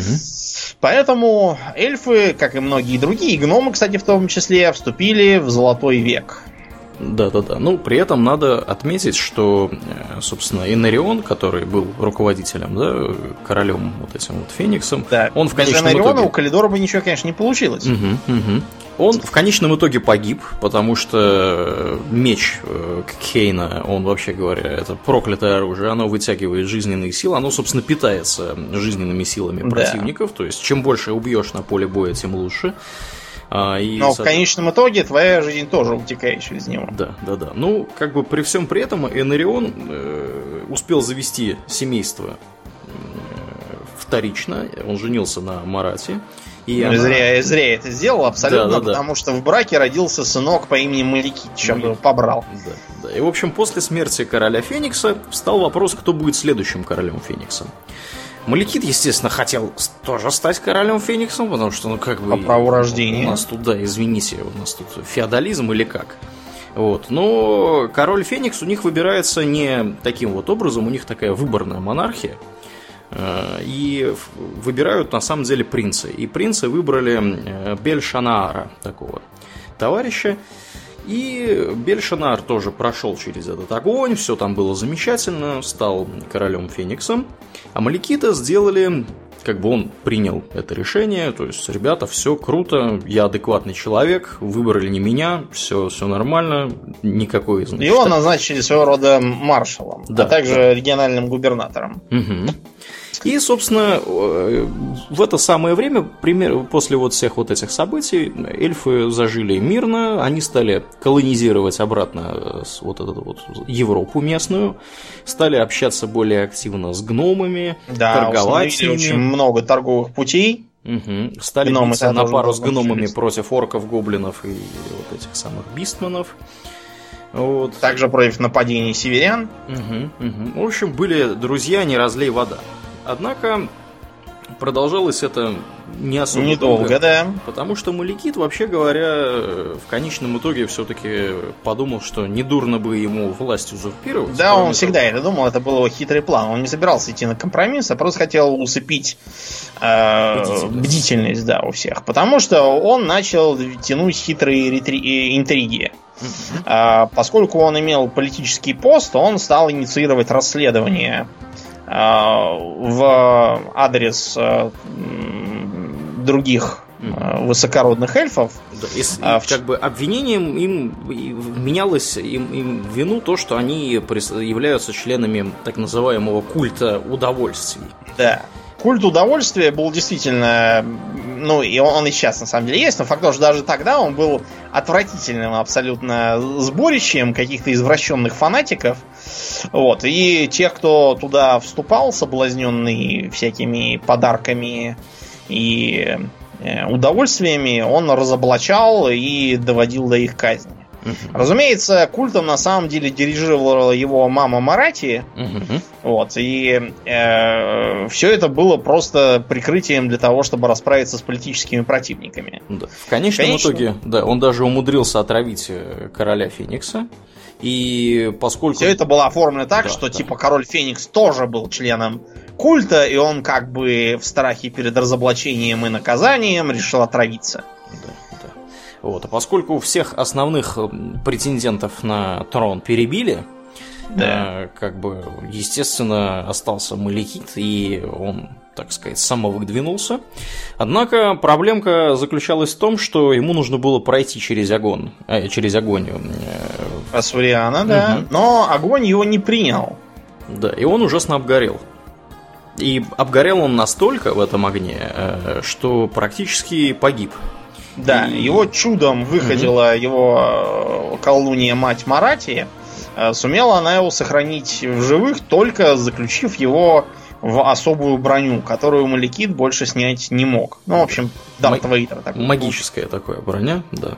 Speaker 2: Поэтому эльфы, как и многие другие, гномы, кстати, в том числе, вступили в Золотой век.
Speaker 1: Да-да-да. Ну, при этом надо отметить, что, собственно, Эйнарион, который был руководителем, да, королем вот этим вот Фениксом,
Speaker 2: да.
Speaker 1: Он в конечном
Speaker 2: итоге...
Speaker 1: у
Speaker 2: Калидора бы ничего, конечно, не получилось.
Speaker 1: Он в конечном итоге погиб, потому что меч Хейна, он, вообще говоря, это проклятое оружие, оно вытягивает жизненные силы, оно, собственно, питается жизненными силами противников, то есть чем больше убьешь на поле боя, тем лучше.
Speaker 2: Но в конечном итоге твоя жизнь тоже утекает через него.
Speaker 1: Да. Ну, как бы при всем при этом Эйнарион успел завести семейство вторично. Он женился на Марате. И
Speaker 2: зря это сделал абсолютно, потому что в браке родился сынок по имени Маликит, чем его побрал.
Speaker 1: Да. И, в общем, после смерти короля Феникса встал вопрос, кто будет следующим королем Феникса. Маликит, естественно, хотел тоже стать королем Фениксом, потому что, ну, как бы...
Speaker 2: По праву рождения.
Speaker 1: У нас тут, да, извините, у нас тут феодализм или как. Вот. Но король Феникс у них выбирается не таким вот образом, у них такая выборная монархия. И выбирают, на самом деле, принцы. И принцы выбрали Бель-Шанаара, такого товарища. И Бель-Шанаар тоже прошел через этот огонь, все там было замечательно, стал королем Фениксом. А Маликита сделали, как бы он принял это решение, то есть, ребята, все круто, я адекватный человек, выбрали не меня, все нормально, никакой, значит...
Speaker 2: Его назначили своего рода маршалом, а также региональным губернатором.
Speaker 1: И, собственно, в это самое время, после вот всех вот этих событий, эльфы зажили мирно, они стали колонизировать обратно вот эту вот Европу местную, стали общаться более активно с гномами, торговать с ними.
Speaker 2: Очень много торговых путей.
Speaker 1: Стали биться на пару с гномами против орков, гоблинов и вот этих самых бистманов. Вот.
Speaker 2: Также против нападений северян.
Speaker 1: В общем, были друзья, не разлей вода. Однако продолжалось это не особо
Speaker 2: недолго, да.
Speaker 1: Потому что Маликит, вообще говоря, в конечном итоге все-таки подумал, что недурно бы ему власть узурпировать.
Speaker 2: Да, он всегда это думал, это был его хитрый план. Он не собирался идти на компромисс, а просто хотел усыпить бдительность, да, у всех. Потому что он начал тянуть хитрые интриги. Поскольку он имел политический пост, он стал инициировать расследование в адрес других высокородных эльфов.
Speaker 1: Да, как бы обвинением им менялось им в вину то, что они являются членами так называемого культа удовольствий.
Speaker 2: Да. Культ удовольствия был действительно, ну, и он и сейчас на самом деле есть, но факт, что даже тогда он был отвратительным абсолютно сборищем каких-то извращенных фанатиков. Вот. И тех, кто туда вступал, соблазненный всякими подарками и удовольствиями, он разоблачал и доводил до их казни. Разумеется, культом на самом деле дирижировала его мама Марати. Вот, и все это было просто прикрытием для того, чтобы расправиться с политическими противниками.
Speaker 1: Да. В конечном итоге, да, он даже умудрился отравить короля Феникса. И поскольку...
Speaker 2: Все это было оформлено так, что типа король Феникс тоже был членом культа, и он как бы в страхе перед разоблачением и наказанием решил отравиться.
Speaker 1: Вот. А поскольку всех основных претендентов на трон перебили, да, как бы, естественно, остался Маликит, и он, так сказать, самовыдвинулся. Однако проблемка заключалась в том, что ему нужно было пройти через огонь.
Speaker 2: Асуриана, да. Но огонь его не принял.
Speaker 1: Да, и он ужасно обгорел. И обгорел он настолько в этом огне, что практически погиб.
Speaker 2: Да, его чудом выходила его колдунья мать Марати. Сумела она его сохранить в живых, только заключив его в особую броню, которую Маликит больше снять не мог. Ну, в общем, Дарт Вейдер такой.
Speaker 1: Магическая такая броня, да.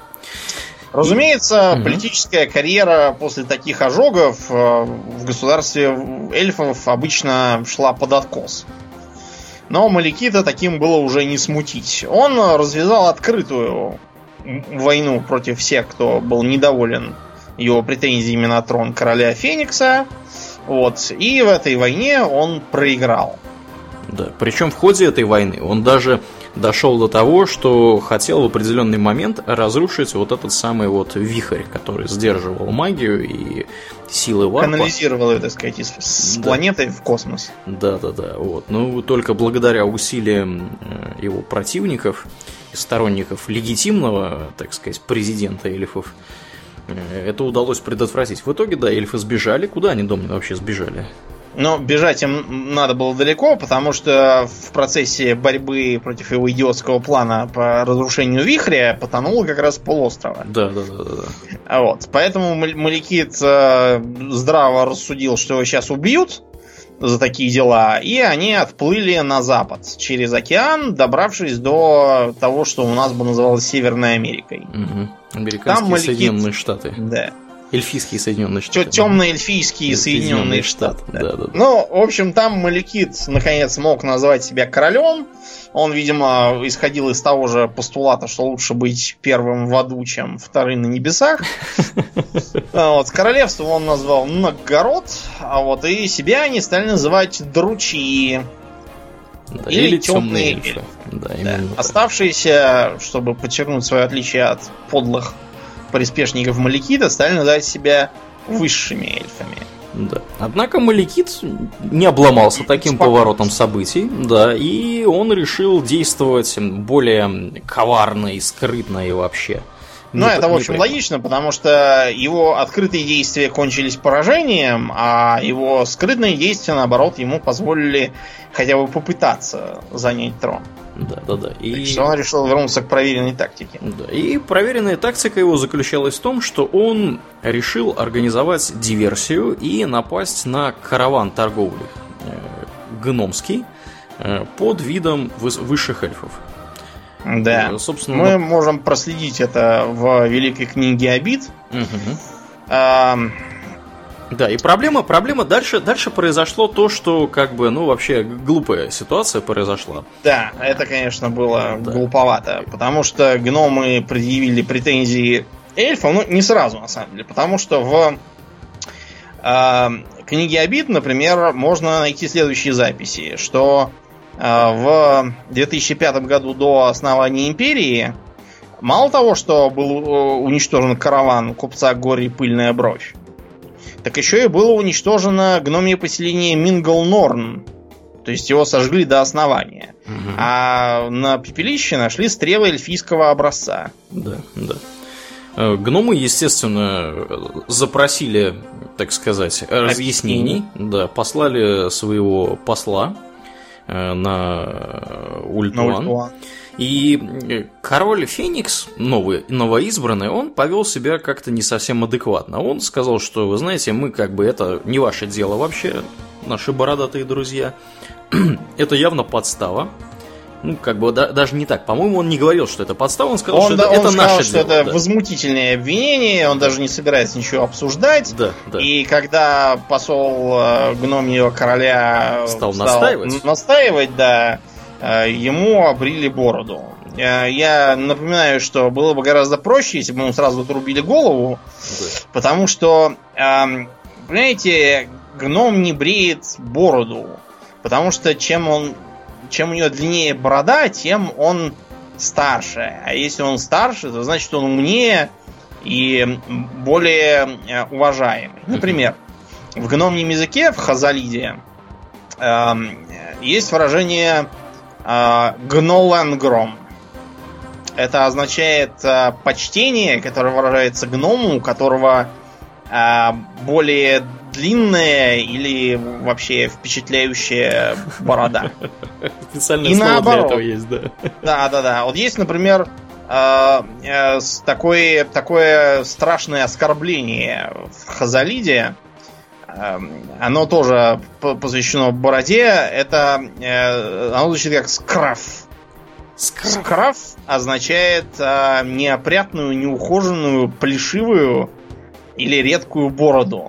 Speaker 2: Разумеется, политическая карьера после таких ожогов в государстве эльфов обычно шла под откос. Но Маликита таким было уже не смутить. Он развязал открытую войну против всех, кто был недоволен его претензиями на трон короля Феникса. Вот. И в этой войне он проиграл.
Speaker 1: Да, причем в ходе этой войны он даже дошел до того, что хотел в определенный момент разрушить вот этот самый вот вихрь, который сдерживал магию и силы варпа.
Speaker 2: Канализировал ее, так сказать, с планеты в космос.
Speaker 1: Да. Вот. Ну, только благодаря усилиям его противников и сторонников легитимного, так сказать, президента эльфов, это удалось предотвратить. В итоге, да, эльфы сбежали. Куда они, Домнин, вообще сбежали?
Speaker 2: Но бежать им надо было далеко, потому что в процессе борьбы против его идиотского плана по разрушению вихря потонул как раз полуострова.
Speaker 1: Да.
Speaker 2: Вот. Поэтому Маликит здраво рассудил, что его сейчас убьют за такие дела, и они отплыли на запад через океан, добравшись до того, что у нас бы называлось Северной Америкой.
Speaker 1: Американские Соединенные Штаты.
Speaker 2: Да.
Speaker 1: Эльфийские Соединенные Штаты.
Speaker 2: Темно-эльфийские Соединенные Штаты.
Speaker 1: Да.
Speaker 2: Ну, в общем, там Маликит наконец мог назвать себя королем. Он, видимо, исходил из того же постулата, что лучше быть первым в аду, чем вторым на небесах. Вот. Королевство он назвал Наггород, а вот и себя они стали называть Дручи.
Speaker 1: Да, или темные эльфы.
Speaker 2: Да. Оставшиеся, чтобы подчеркнуть свое отличие от подлых приспешников Маликита, стали называть себя высшими эльфами.
Speaker 1: Да. Однако Маликит не обломался таким поворотом событий, да, и он решил действовать более коварно и скрытно и вообще.
Speaker 2: Ну, это, в общем, логично, потому что его открытые действия кончились поражением, а его скрытные действия, наоборот, ему позволили хотя бы попытаться занять трон.
Speaker 1: Да.
Speaker 2: И что он решил вернуться к проверенной тактике.
Speaker 1: Да. И проверенная тактика его заключалась в том, что он решил организовать диверсию и напасть на караван торговли гномский под видом высших эльфов.
Speaker 2: Да, собственно, мы можем проследить это в Великой книге Обид.
Speaker 1: Да, и проблема дальше произошло то, что как бы, ну, вообще глупая ситуация произошла.
Speaker 2: Да, это, конечно, было глуповато, потому что гномы предъявили претензии эльфам, ну, не сразу, на самом деле, потому что в книге обид, например, можно найти следующие записи, что в 2005 году до основания империи мало того, что был уничтожен караван купца Гори Пыльная Бровь, так еще и было уничтожено гномье поселение Мингл-Норн. То есть его сожгли до основания. Угу. А на пепелище нашли стрелы эльфийского образца.
Speaker 1: Да, да. Гномы, естественно, запросили, так сказать, разъяснений. Да, послали своего посла на Ультуан. И король Феникс, новоизбранный, он повел себя как-то не совсем адекватно. Он сказал, что, вы знаете, мы как бы это не ваше дело вообще, наши бородатые друзья. Это явно подстава. Ну, как бы даже не так. По-моему, он не говорил, что это подстава, он сказал, что это наше
Speaker 2: дело. Это возмутительное обвинение, он даже не собирается ничего обсуждать.
Speaker 1: Да, да.
Speaker 2: И когда посол гномьего короля
Speaker 1: стал настаивать,
Speaker 2: да, ему обрили бороду. Я напоминаю, что было бы гораздо проще, если бы ему сразу отрубили голову, да. Потому что, понимаете, гном не бреет бороду, потому что чем у него длиннее борода, тем он старше. А если он старше, то значит он умнее и более уважаемый. Например, в гномьем языке, в Хазалиде, есть выражение гнолангром. Это означает почтение, которое выражается гному, у которого более длинная или вообще впечатляющая борода.
Speaker 1: Специальное слово для этого есть, да.
Speaker 2: Да. Вот есть, например, такое страшное оскорбление в Хазалиде. Оно тоже посвящено бороде. Оно звучит как скраф. Скраф означает неопрятную, неухоженную, плешивую или редкую бороду.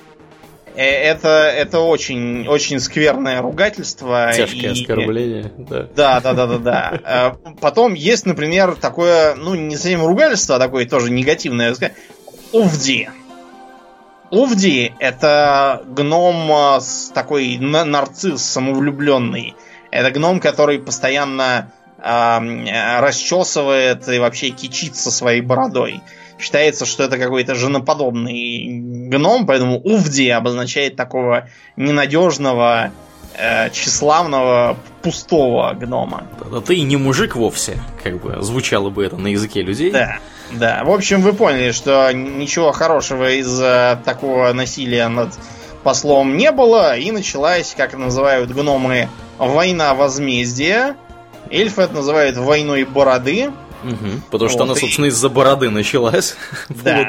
Speaker 2: Это очень, очень скверное ругательство.
Speaker 1: Тяжкое оскорбление. Да.
Speaker 2: Да. Потом есть, например, такое, не совсем ругательство, а такое тоже негативное. Увди. Увди — это гном такой нарцисс самовлюбленный. Это гном, который постоянно расчесывает и вообще кичится своей бородой. Считается, что это какой-то женоподобный гном, поэтому Увди обозначает такого ненадежного, тщеславного, пустого гнома.
Speaker 1: Да ты и не мужик вовсе, как бы звучало бы это на языке людей.
Speaker 2: Да. В общем, вы поняли, что ничего хорошего из такого насилия над послом не было, и началась, как называют гномы, война возмездия. Эльфы это называют войной бороды.
Speaker 1: Угу, потому что она, собственно, из-за бороды началась.
Speaker 2: Да.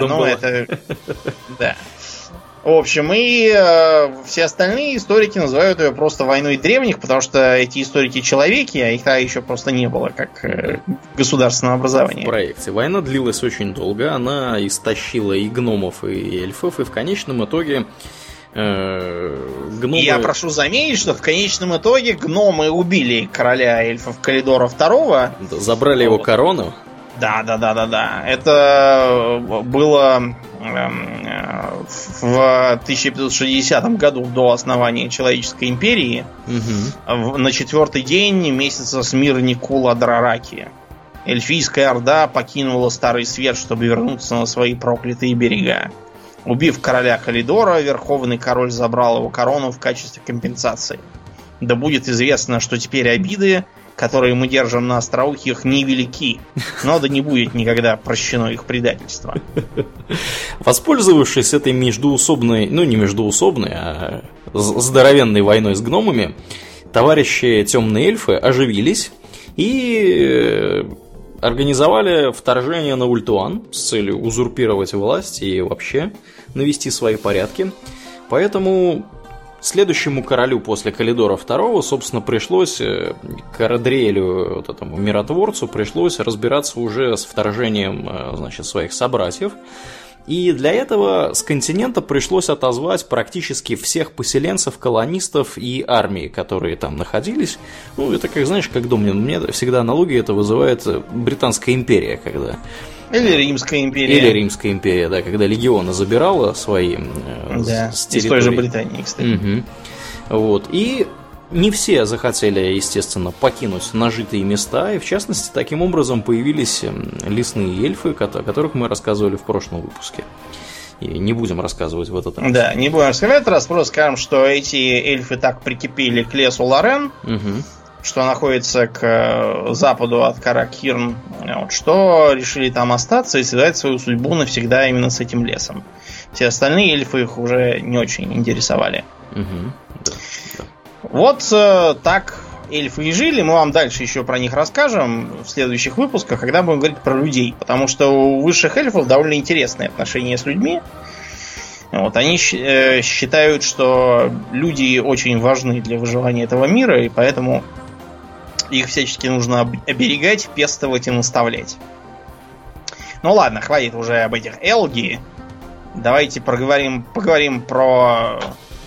Speaker 2: В общем, и все остальные историки называют ее просто войной древних, потому что эти историки человеки, а их тогда еще просто не было, как государственного образования.
Speaker 1: В проекте. Война длилась очень долго, она истощила и гномов, и эльфов, и в конечном итоге гномы...
Speaker 2: Я прошу заметить, что в конечном итоге гномы убили короля эльфов Калидора II.
Speaker 1: Забрали его корону.
Speaker 2: Да. Это было в 1560 году до основания Человеческой империи. Угу. На 4-й день месяца Смирникула Драраки. Эльфийская орда покинула Старый Свет, чтобы вернуться на свои проклятые берега. Убив короля Калидора, верховный король забрал его корону в качестве компенсации. Да будет известно, что теперь обиды, которые мы держим на остроухих, невелики, но да не будет никогда прощено их предательство.
Speaker 1: Воспользовавшись этой междоусобной, не междоусобной, а здоровенной войной с гномами, товарищи темные эльфы оживились и организовали вторжение на Ультуан с целью узурпировать власть и вообще навести свои порядки. Поэтому следующему королю после Калидора II, собственно, пришлось Карадриэлю, вот этому миротворцу, пришлось разбираться уже с вторжением, своих собратьев. И для этого с континента пришлось отозвать практически всех поселенцев, колонистов и армии, которые там находились. Ну, это как, знаешь, как думаю, мне всегда аналогия это вызывает Британская империя, когда...
Speaker 2: Или Римская империя.
Speaker 1: Или Римская империя, да, когда легионы забирала свои
Speaker 2: с территории. Из той же Британии, кстати.
Speaker 1: Угу. Вот, и... Не все захотели, естественно, покинуть нажитые места, и в частности, таким образом появились лесные эльфы, о которых мы рассказывали в прошлом выпуске. И не будем рассказывать в этот раз.
Speaker 2: Да, не будем рассказывать в этот раз, просто скажем, что эти эльфы так прикипели к лесу Лорен, что находится к западу от Каракирн, вот, что решили там остаться и связать свою судьбу навсегда именно с этим лесом. Все остальные эльфы их уже не очень интересовали. Вот так эльфы и жили. Мы вам дальше еще про них расскажем в следующих выпусках, когда будем говорить про людей. Потому что у высших эльфов довольно интересные отношения с людьми. Вот, они считают, что люди очень важны для выживания этого мира, и поэтому их всячески нужно оберегать, пестовать и наставлять. Ну ладно, хватит уже об этих элги. Давайте поговорим про...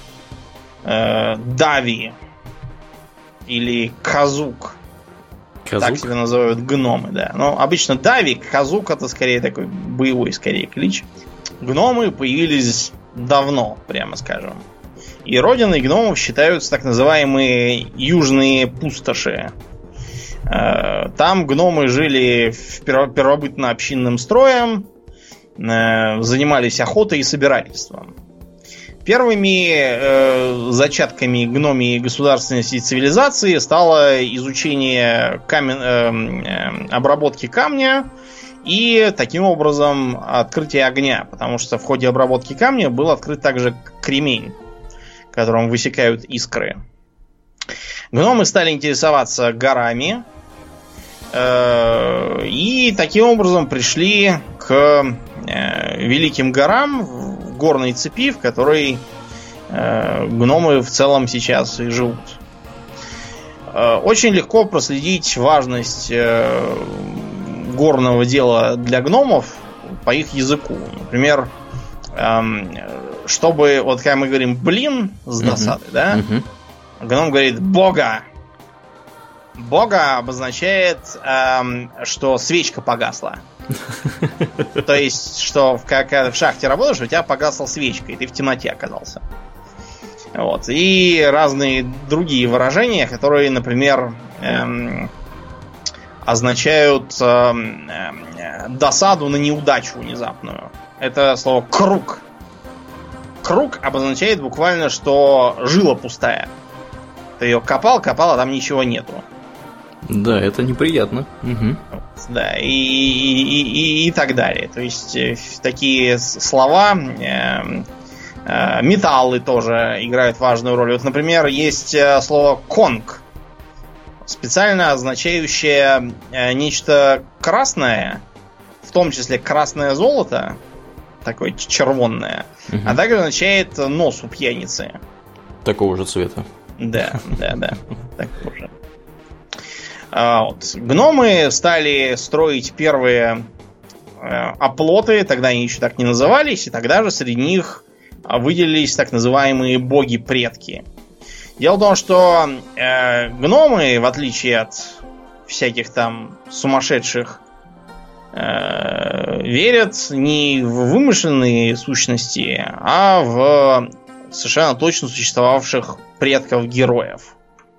Speaker 2: Дави или Казук. Так себя называют гномы, да. Но обычно Дави, Казук это скорее такой боевой скорее клич. Гномы появились давно, прямо скажем. И родиной гномов считаются так называемые южные пустоши. Там гномы жили первобытно-общинным строем, занимались охотой и собирательством. Первыми зачатками гномии государственности и цивилизации стало изучение обработки камня и таким образом открытие огня, потому что в ходе обработки камня был открыт также кремень, которым высекают искры. Гномы стали интересоваться горами и таким образом пришли к великим горам в горной цепи, в которой гномы в целом сейчас и живут. Очень легко проследить важность горного дела для гномов по их языку. Например, чтобы, вот когда мы говорим «блин» с досады, да, гном говорит «бога». Бога обозначает, что свечка погасла. То есть, что когда в шахте работаешь, у тебя погасла свечка, и ты в темноте оказался. Вот. И разные другие выражения, которые, например, означают досаду на неудачу внезапную. Это слово «круг». Круг обозначает буквально, что жила пустая. Ты ее копал, а там ничего нету.
Speaker 1: Да, это неприятно. Угу.
Speaker 2: Да, и так далее. То есть такие слова, металлы тоже играют важную роль. Вот, например, есть слово «конг», специально означающее нечто красное, в том числе красное золото, такое червонное, а также означает нос у пьяницы.
Speaker 1: Такого же цвета.
Speaker 2: Да. Такого же. Вот. Гномы стали строить первые оплоты, тогда они еще так не назывались, и тогда же среди них выделились так называемые боги-предки. Дело в том, что гномы, в отличие от всяких там сумасшедших, верят не в вымышленные сущности, а в совершенно точно существовавших предков-героев.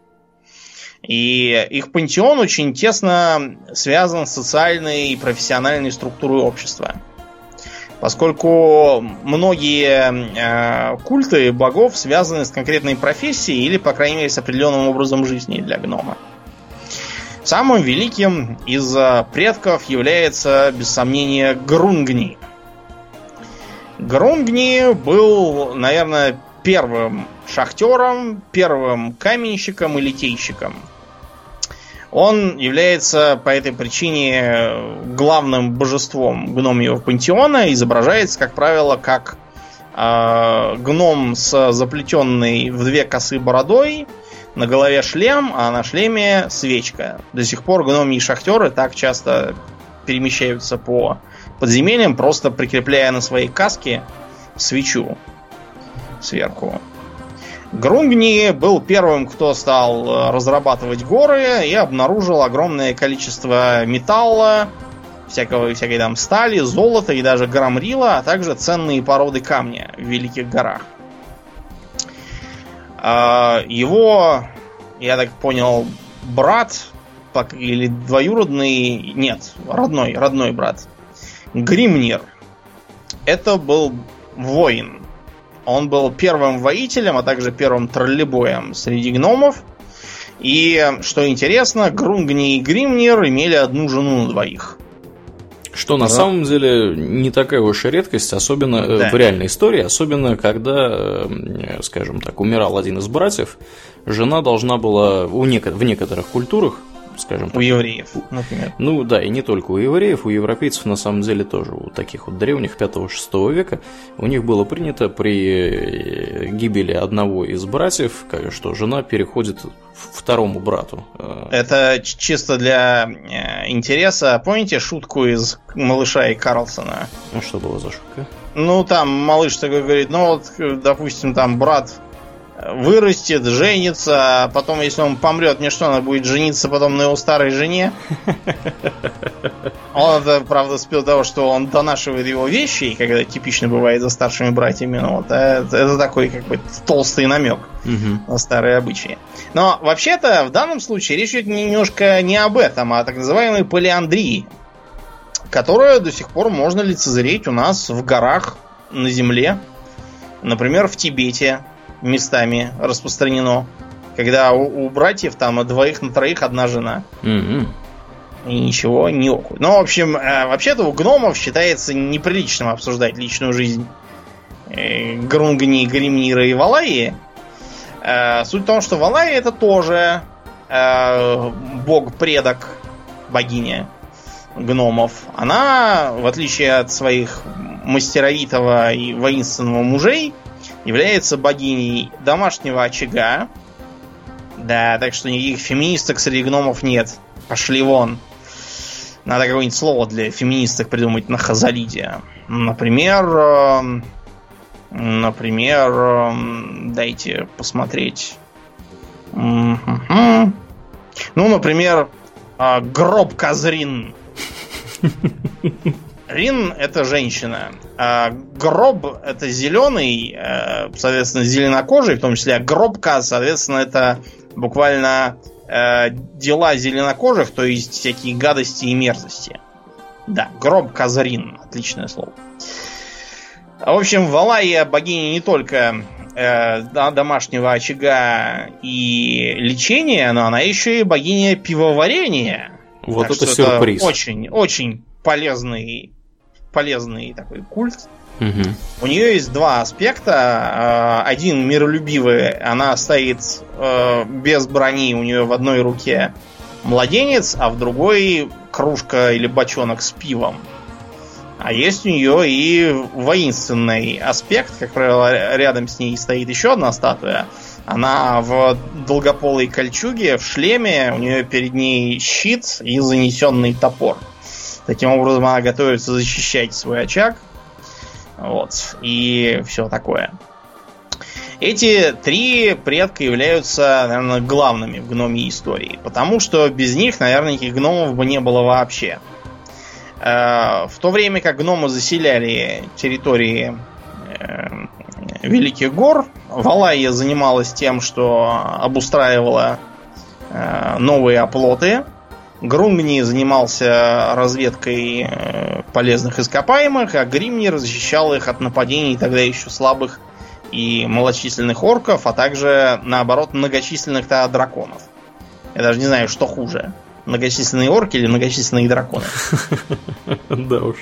Speaker 2: И их пантеон очень тесно связан с социальной и профессиональной структурой общества. Поскольку многие культы богов связаны с конкретной профессией или, по крайней мере, с определенным образом жизни для гнома. Самым великим из предков является, без сомнения, Грунгни. Грунгни был, наверное, первым шахтером, первым каменщиком и литейщиком. Он является по этой причине главным божеством гномьего пантеона, изображается, как правило, как гном с заплетенной в две косы бородой, на голове шлем, а на шлеме свечка. До сих пор гномьи шахтеры так часто перемещаются по подземельям, просто прикрепляя на своей каске свечу сверху. Грунгни был первым, кто стал разрабатывать горы и обнаружил огромное количество металла, всякой там стали, золота и даже грамрила, а также ценные породы камня в Великих горах. Его, я так понял, брат или двоюродный, нет, родной брат, Гримнир, это был воин. Он был первым воителем, а также первым троллебоем среди гномов. И, что интересно, Грунгни и Гримнир имели одну жену на двоих.
Speaker 1: Что на самом деле не такая уж и редкость, особенно в реальной истории, особенно когда, скажем так, умирал один из братьев, жена должна была в некоторых культурах, скажем так.
Speaker 2: У евреев, например.
Speaker 1: Ну да, и не только у евреев, у европейцев на самом деле тоже, у таких вот древних 5-6 века, у них было принято при гибели одного из братьев, что жена переходит второму брату.
Speaker 2: Это чисто для интереса. Помните шутку из «Малыша и Карлсона»?
Speaker 1: А что было за шутка?
Speaker 2: Ну, там малыш такой говорит, ну вот, допустим, там брат вырастет, женится, а потом, если он помрет, мне что, надо будет жениться потом на его старой жене? Он это, правда, спел того, что он донашивает его вещи, и когда типично бывает за старшими братьями, ну, вот, это такой, как бы, толстый намек на старые обычаи. Но, вообще-то, в данном случае речь идет немножко не об этом, а о так называемой полиандрии, которую до сих пор можно лицезреть у нас в горах на земле, например, в Тибете. Местами распространено. Когда у братьев там от 2 на 3 одна жена. И ничего не оку. Но, в общем, вообще-то у гномов считается неприличным обсуждать личную жизнь Грунгни, Гримнира и Валайи. Суть в том, что Валайи это тоже бог-предок, богиня гномов. Она, в отличие от своих мастеровитого и воинственного мужей, является богиней домашнего очага. Да, так что никаких феминисток среди гномов нет. Пошли вон. Надо какое-нибудь слово для феминисток придумать на хазалиде. Например, дайте посмотреть. Ну, например, гроб Казрин. Рин — это женщина, а гроб — это зеленый, соответственно, зеленокожий, в том числе, а гробка, соответственно, это буквально дела зеленокожих, то есть всякие гадости и мерзости. Да, гроб Казрин, отличное слово. В общем, Валайя богиня не только домашнего очага и лечения, но она еще и богиня пивоварения.
Speaker 1: Вот так это сюрприз.
Speaker 2: Очень полезный такой культ. У нее есть 2 аспекта. Один миролюбивый, она стоит без брони, у нее в одной руке младенец, а в другой кружка или бочонок с пивом. А есть у нее и воинственный аспект. Как правило, рядом с ней стоит еще одна статуя. Она в долгополой кольчуге, в шлеме, у нее перед ней щит и занесенный топор. Таким образом, она готовится защищать свой очаг. Вот. И все такое. Эти 3 предка являются, наверное, главными в гномьей истории. Потому что без них, наверное, никаких гномов бы не было вообще. В то время как гномы заселяли территории Великих гор, Валайя занималась тем, что обустраивала новые оплоты. Грунгни занимался разведкой полезных ископаемых, а Гримнир защищал их от нападений тогда еще слабых и малочисленных орков, а также, наоборот, многочисленных драконов. Я даже не знаю, что хуже. Многочисленные орки или многочисленные драконы.
Speaker 1: Да уж.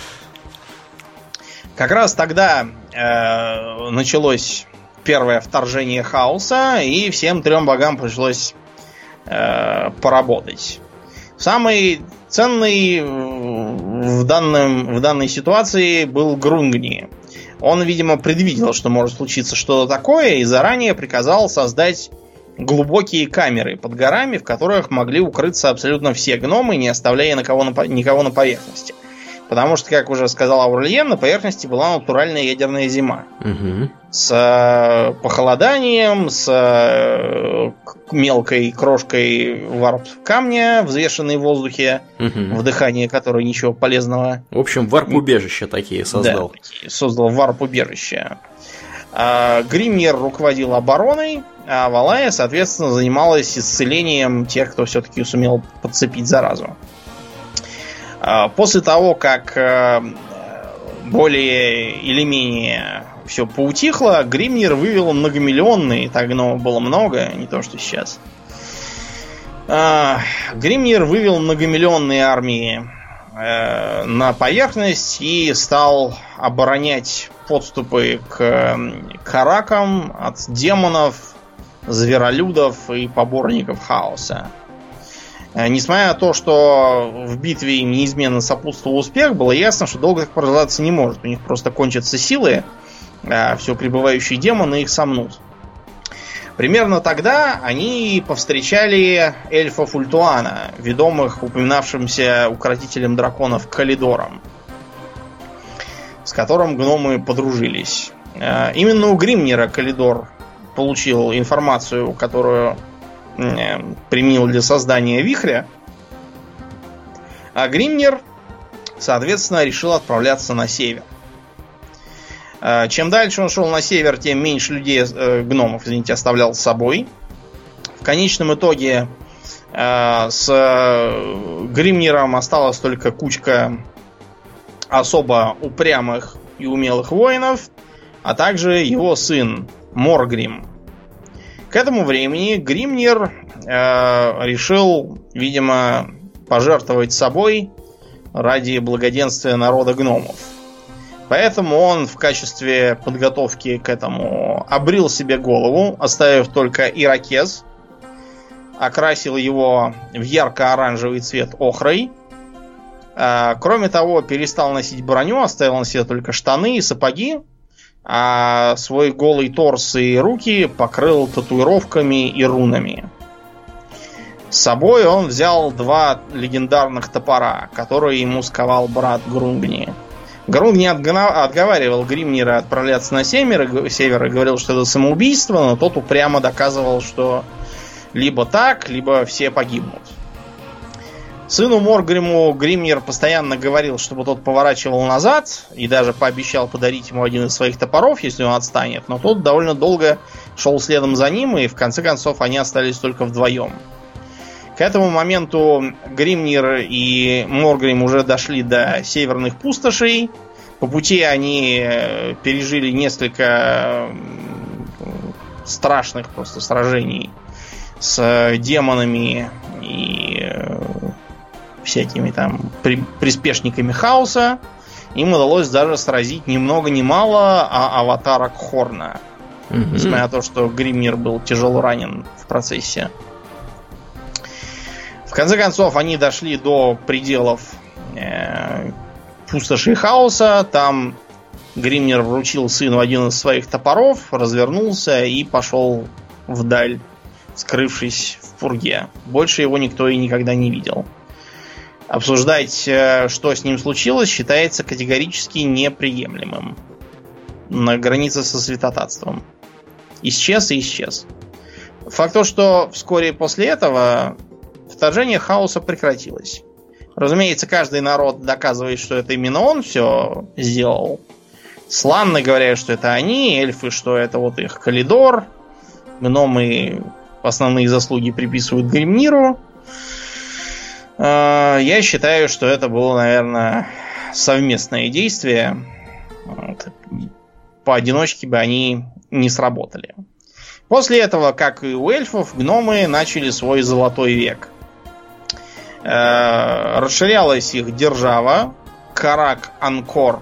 Speaker 2: Как раз тогда началось первое вторжение хаоса, и всем 3 богам пришлось поработать. Самый ценный в данной ситуации был Грунгни. Он, видимо, предвидел, что может случиться что-то такое, и заранее приказал создать глубокие камеры под горами, в которых могли укрыться абсолютно все гномы, не оставляя никого на поверхности. Потому что, как уже сказал Аурлиен, на поверхности была натуральная ядерная зима.
Speaker 1: Угу.
Speaker 2: С похолоданием, с мелкой крошкой варп камня, взвешенной в воздухе, в дыхании которой ничего полезного.
Speaker 1: В общем, варп-убежища такие создал.
Speaker 2: Да, создал варп-убежище. Гримнир руководил обороной, а Валая, соответственно, занималась исцелением тех, кто все-таки сумел подцепить заразу. После того, как более или менее все поутихло, Гримнир вывел многомиллионные, так гномов было много, не то что сейчас. Гримнир вывел многомиллионные армии на поверхность и стал оборонять подступы к каракам от демонов, зверолюдов и поборников хаоса. Несмотря на то, что в битве им неизменно сопутствовал успех, было ясно, что долго так продолжаться не может. У них просто кончатся силы, а все прибывающие демоны их сомнут. Примерно тогда они повстречали эльфов Ультуана, ведомых упоминавшимся укротителем драконов Калидором, с которым гномы подружились. Именно у Гримнира Калидор получил информацию, которую применил для создания вихря, а Гримнир, соответственно, решил отправляться на север. Чем дальше он шел на север, тем меньше людей, гномов, оставлял с собой. В конечном итоге с Гримниром осталась только кучка особо упрямых и умелых воинов, а также его сын Моргрим. К этому времени Гримнир решил, видимо, пожертвовать собой ради благоденствия народа гномов. Поэтому он в качестве подготовки к этому обрил себе голову, оставив только ирокез, окрасил его в ярко-оранжевый цвет охрой. Кроме того, перестал носить броню, оставил на себе только штаны и сапоги, а свой голый торс и руки покрыл татуировками и рунами. С собой он взял 2 легендарных топора, которые ему сковал брат Грунгни. Грунгни отговаривал Гримнира отправляться на север и говорил, что это самоубийство, но тот упрямо доказывал, что либо так, либо все погибнут. Сыну Моргриму Гримнир постоянно говорил, чтобы тот поворачивал назад, и даже пообещал подарить ему один из своих топоров, если он отстанет. Но тот довольно долго шел следом за ним, и в конце концов они остались только вдвоем. К этому моменту Гримнир и Моргрим уже дошли до северных пустошей. По пути они пережили несколько страшных просто сражений с демонами и всякими там приспешниками хаоса. Им удалось даже сразить ни много ни мало аватара Кхорна. Несмотря на то, что Гримнир был тяжело ранен в процессе. В конце концов, они дошли до пределов пустоши хаоса. Там Гримнир вручил сыну один из своих топоров, развернулся и пошел вдаль, скрывшись в пурге. Больше его никто и никогда не видел. Обсуждать, что с ним случилось, считается категорически неприемлемым. На границе со святотатством. Исчез и исчез. Факт то, что вскоре после этого вторжение хаоса прекратилось. Разумеется, каждый народ доказывает, что это именно он все сделал. Сланны говорят, что это они, эльфы, что это вот их Калидор. Гномы основные заслуги приписывают Гримниру. Я считаю, что это было, наверное, совместное действие. Поодиночке бы они не сработали. После этого, как и у эльфов, гномы начали свой золотой век. Расширялась их держава. Карак-Анкор.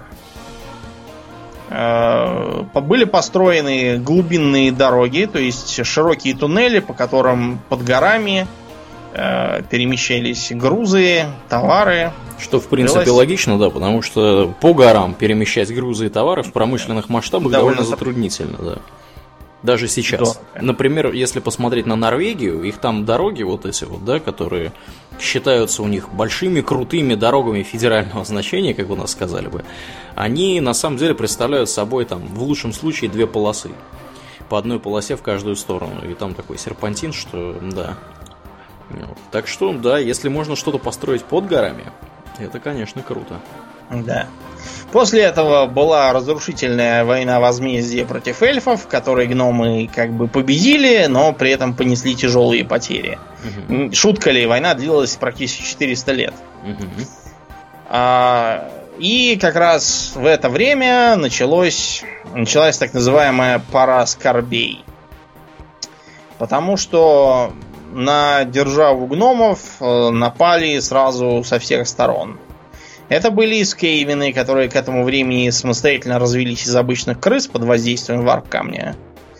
Speaker 2: Были построены глубинные дороги, то есть широкие туннели, по которым под горами перемещались грузы, товары.
Speaker 1: Что, в принципе, логично, да, потому что по горам перемещать грузы и товары в промышленных масштабах довольно затруднительно, да. Даже сейчас. Дорого. Например, если посмотреть на Норвегию, их там дороги вот эти вот, да, которые считаются у них большими, крутыми дорогами федерального значения, как у нас сказали бы, они на самом деле представляют собой там в лучшем случае 2 полосы. По одной полосе в каждую сторону. И там такой серпантин, что да. Так что, да, если можно что-то построить под горами, это, конечно, круто.
Speaker 2: Да. После этого была разрушительная война возмездия против эльфов, в которой гномы как бы победили, но при этом понесли тяжелые потери. Угу. Шутка ли, война длилась практически 400 лет. Угу. И как раз в это время началась так называемая пора скорбей. Потому что на державу гномов напали сразу со всех сторон. Это были скейвены, которые к этому времени самостоятельно развились из обычных крыс под воздействием варп-камня.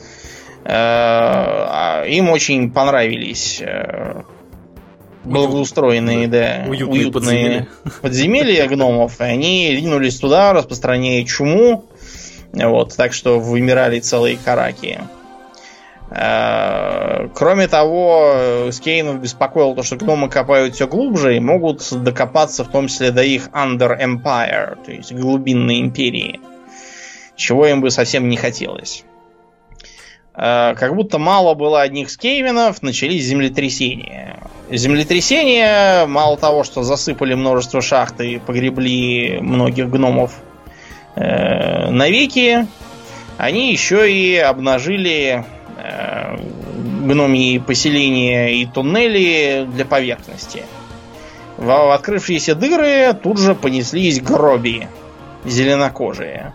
Speaker 2: Им очень понравились благоустроенные, да, уютные подземелья гномов. И они ринулись туда, распространяя чуму. Вот, так что вымирали целые караки. Кроме того, скейнов беспокоило то, что гномы копают все глубже и могут докопаться в том числе до их Under Empire, то есть глубинной империи, чего им бы совсем не хотелось. Как будто мало было одних скейвенов, начались землетрясения. Землетрясения, мало того, что засыпали множество шахт и погребли многих гномов навеки, они еще и обнажили гномьи поселения и туннели для поверхности. В открывшиеся дыры тут же понеслись гроби зеленокожие.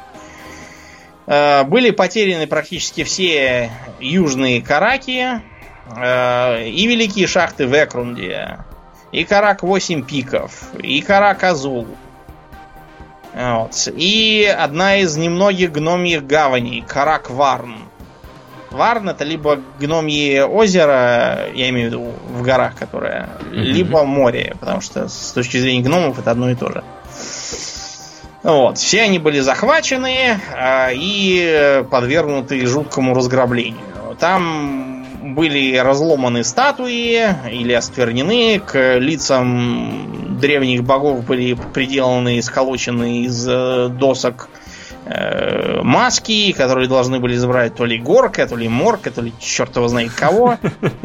Speaker 2: Были потеряны практически все южные караки и великие шахты в Экрунде, и карак 8 пиков, и карак Азул. Вот. И одна из немногих гномьих гаваней, карак Варн. Варн — это либо гномье озеро, я имею в виду в горах, которое, либо море, потому что с точки зрения гномов это одно и то же. Вот. Все они были захвачены и подвергнуты жуткому разграблению. Там были разломаны статуи или осквернены, к лицам древних богов были приделаны, сколочены из досок маски, которые должны были изображать то ли Горка, то ли Морка, то ли черт его знает кого.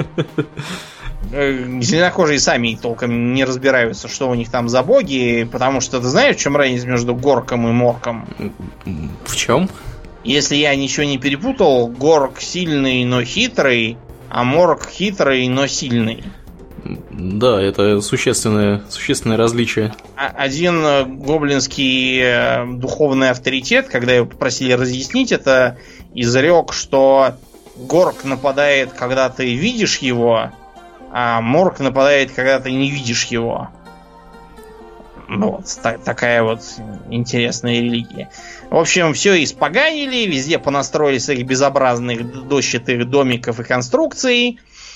Speaker 2: Зеленокожие сами толком не разбираются, что у них там за боги, потому что ты знаешь, в чем разница между Горком и Морком?
Speaker 1: В чем?
Speaker 2: Если я ничего не перепутал, Горк сильный, но хитрый, а Морк хитрый, но сильный.
Speaker 1: Да, это существенное различие.
Speaker 2: Один гоблинский духовный авторитет, когда его попросили разъяснить это, изрек, что Горк нападает, когда ты видишь его, а Морк нападает, когда ты не видишь его. Вот, такая вот интересная религия. В общем, все испоганили, везде понастроили своих безобразных дощатых домиков и конструкций.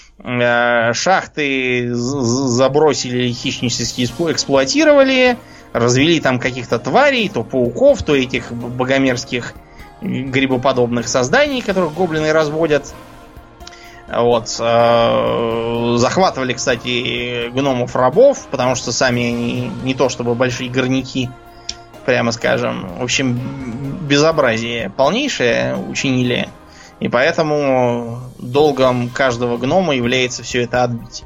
Speaker 2: Шахты забросили или хищнически эксплуатировали, развели там каких-то тварей, то пауков, то этих богомерзких грибоподобных созданий, которых гоблины разводят. Вот. Захватывали, кстати, гномов-рабов, потому что сами они не то чтобы большие горняки, прямо скажем. В общем, безобразие полнейшее учинили. И поэтому долгом каждого гнома является все это отбить.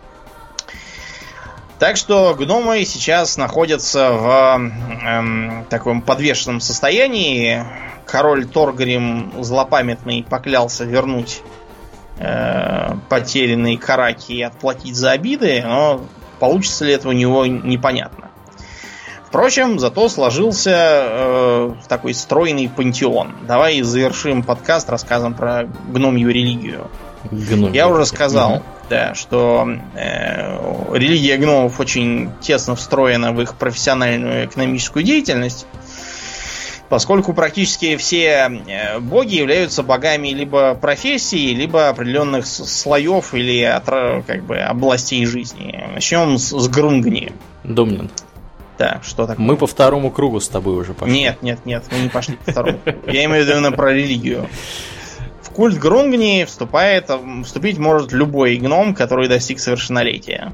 Speaker 2: Так что гномы сейчас находятся в таком подвешенном состоянии. Король Торгрим злопамятный поклялся вернуть потерянные караки и отплатить за обиды, но получится ли это у него, непонятно. Впрочем, зато сложился такой стройный пантеон. Давай завершим подкаст рассказом про гномью религию. Я уже сказал, да, что религия гномов очень тесно встроена в их профессиональную экономическую деятельность, поскольку практически все боги являются богами либо профессии, либо определенных слоев или как бы областей жизни. Начнем с Грунгни.
Speaker 1: Домнин.
Speaker 2: Да, что такое?
Speaker 1: Мы по второму кругу с тобой уже пошли.
Speaker 2: Нет, мы не пошли по второму кругу. Я имею в виду именно про религию. В культ Грунгни вступить может любой гном, который достиг совершеннолетия.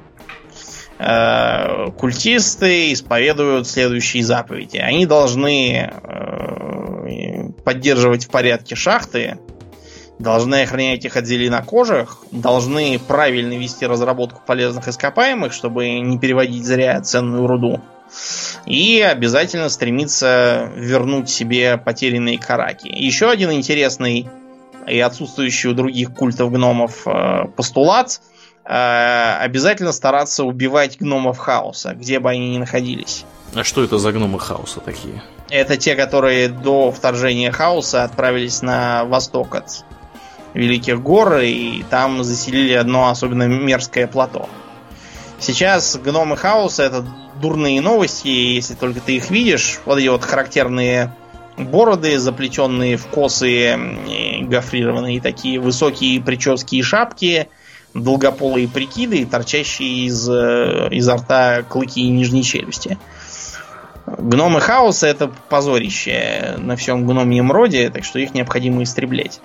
Speaker 2: Культисты исповедуют следующие заповеди. Они должны поддерживать в порядке шахты, должны охранять их от зеленокожих, должны правильно вести разработку полезных ископаемых, чтобы не переводить зря ценную руду, и обязательно стремиться вернуть себе потерянные караки. Еще один интересный и отсутствующий у других культов гномов постулат: обязательно стараться убивать гномов хаоса, где бы они ни находились.
Speaker 1: А что это за гномы хаоса такие?
Speaker 2: Это те, которые до вторжения хаоса отправились на восток от Великих гор и там заселили одно особенно мерзкое плато. Сейчас гномы хаоса — это дурные новости, если только ты их видишь. Вот эти вот характерные бороды, заплетенные в косы, гофрированные такие, высокие прически и шапки, долгополые прикиды, торчащие изо рта клыки и нижней челюсти. Гномы хаоса — это позорище на всем гномьем роде, так что их необходимо истреблять.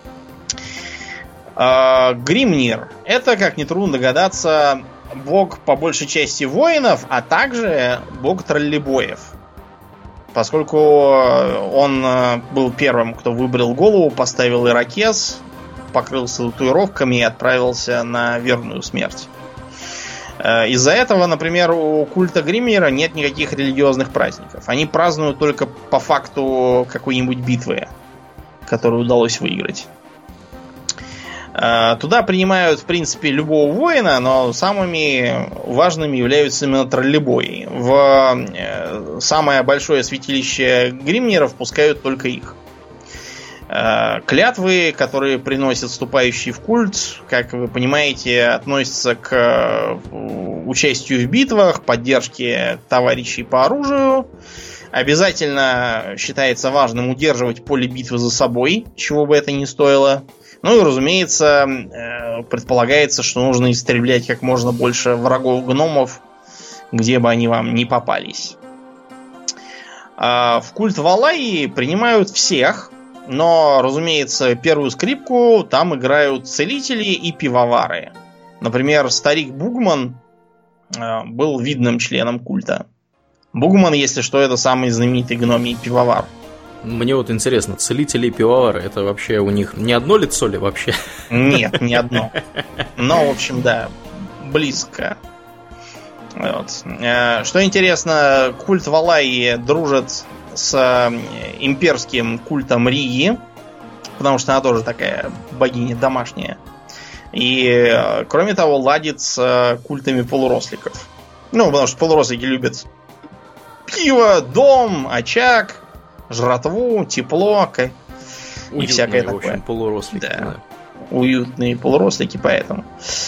Speaker 2: Гримнир — это, как нетрудно догадаться, бог по большей части воинов, а также бог троллейбоев. Поскольку он был первым, кто выбрил голову, поставил ирокез, покрылся татуировками и отправился на верную смерть. Из-за этого, например, у культа Гримнира нет никаких религиозных праздников. Они празднуют только по факту какой-нибудь битвы, которую удалось выиграть. Туда принимают, в принципе, любого воина, но самыми важными являются именно троллейбои. В самое большое святилище Гримниров пускают только их. Клятвы, которые приносят вступающие в культ, как вы понимаете, относятся к участию в битвах, поддержке товарищей по оружию. Обязательно считается важным удерживать поле битвы за собой, чего бы это ни стоило. Ну и, разумеется, предполагается, что нужно истреблять как можно больше врагов-гномов, где бы они вам ни попались. В культ Валайи принимают всех, но, разумеется, первую скрипку там играют целители и пивовары. Например, старик Бугман был видным членом культа. Бугман, если что, это самый знаменитый гномий пивовар.
Speaker 1: Мне вот интересно, целители и пивовары, это вообще у них не одно лицо ли вообще?
Speaker 2: Нет, не одно. Но, в общем, да, близко. Вот. Что интересно, культ Валайи дружит с имперским культом Риги, потому что она тоже такая богиня домашняя. И, кроме того, ладит с культами полуросликов. Ну, потому что полурослики любят пиво, дом, очаг, жратву, тепло и
Speaker 1: уютные,
Speaker 2: всякое такое.
Speaker 1: В общем, полурослики.
Speaker 2: Да. Уютные полурослики, поэтому.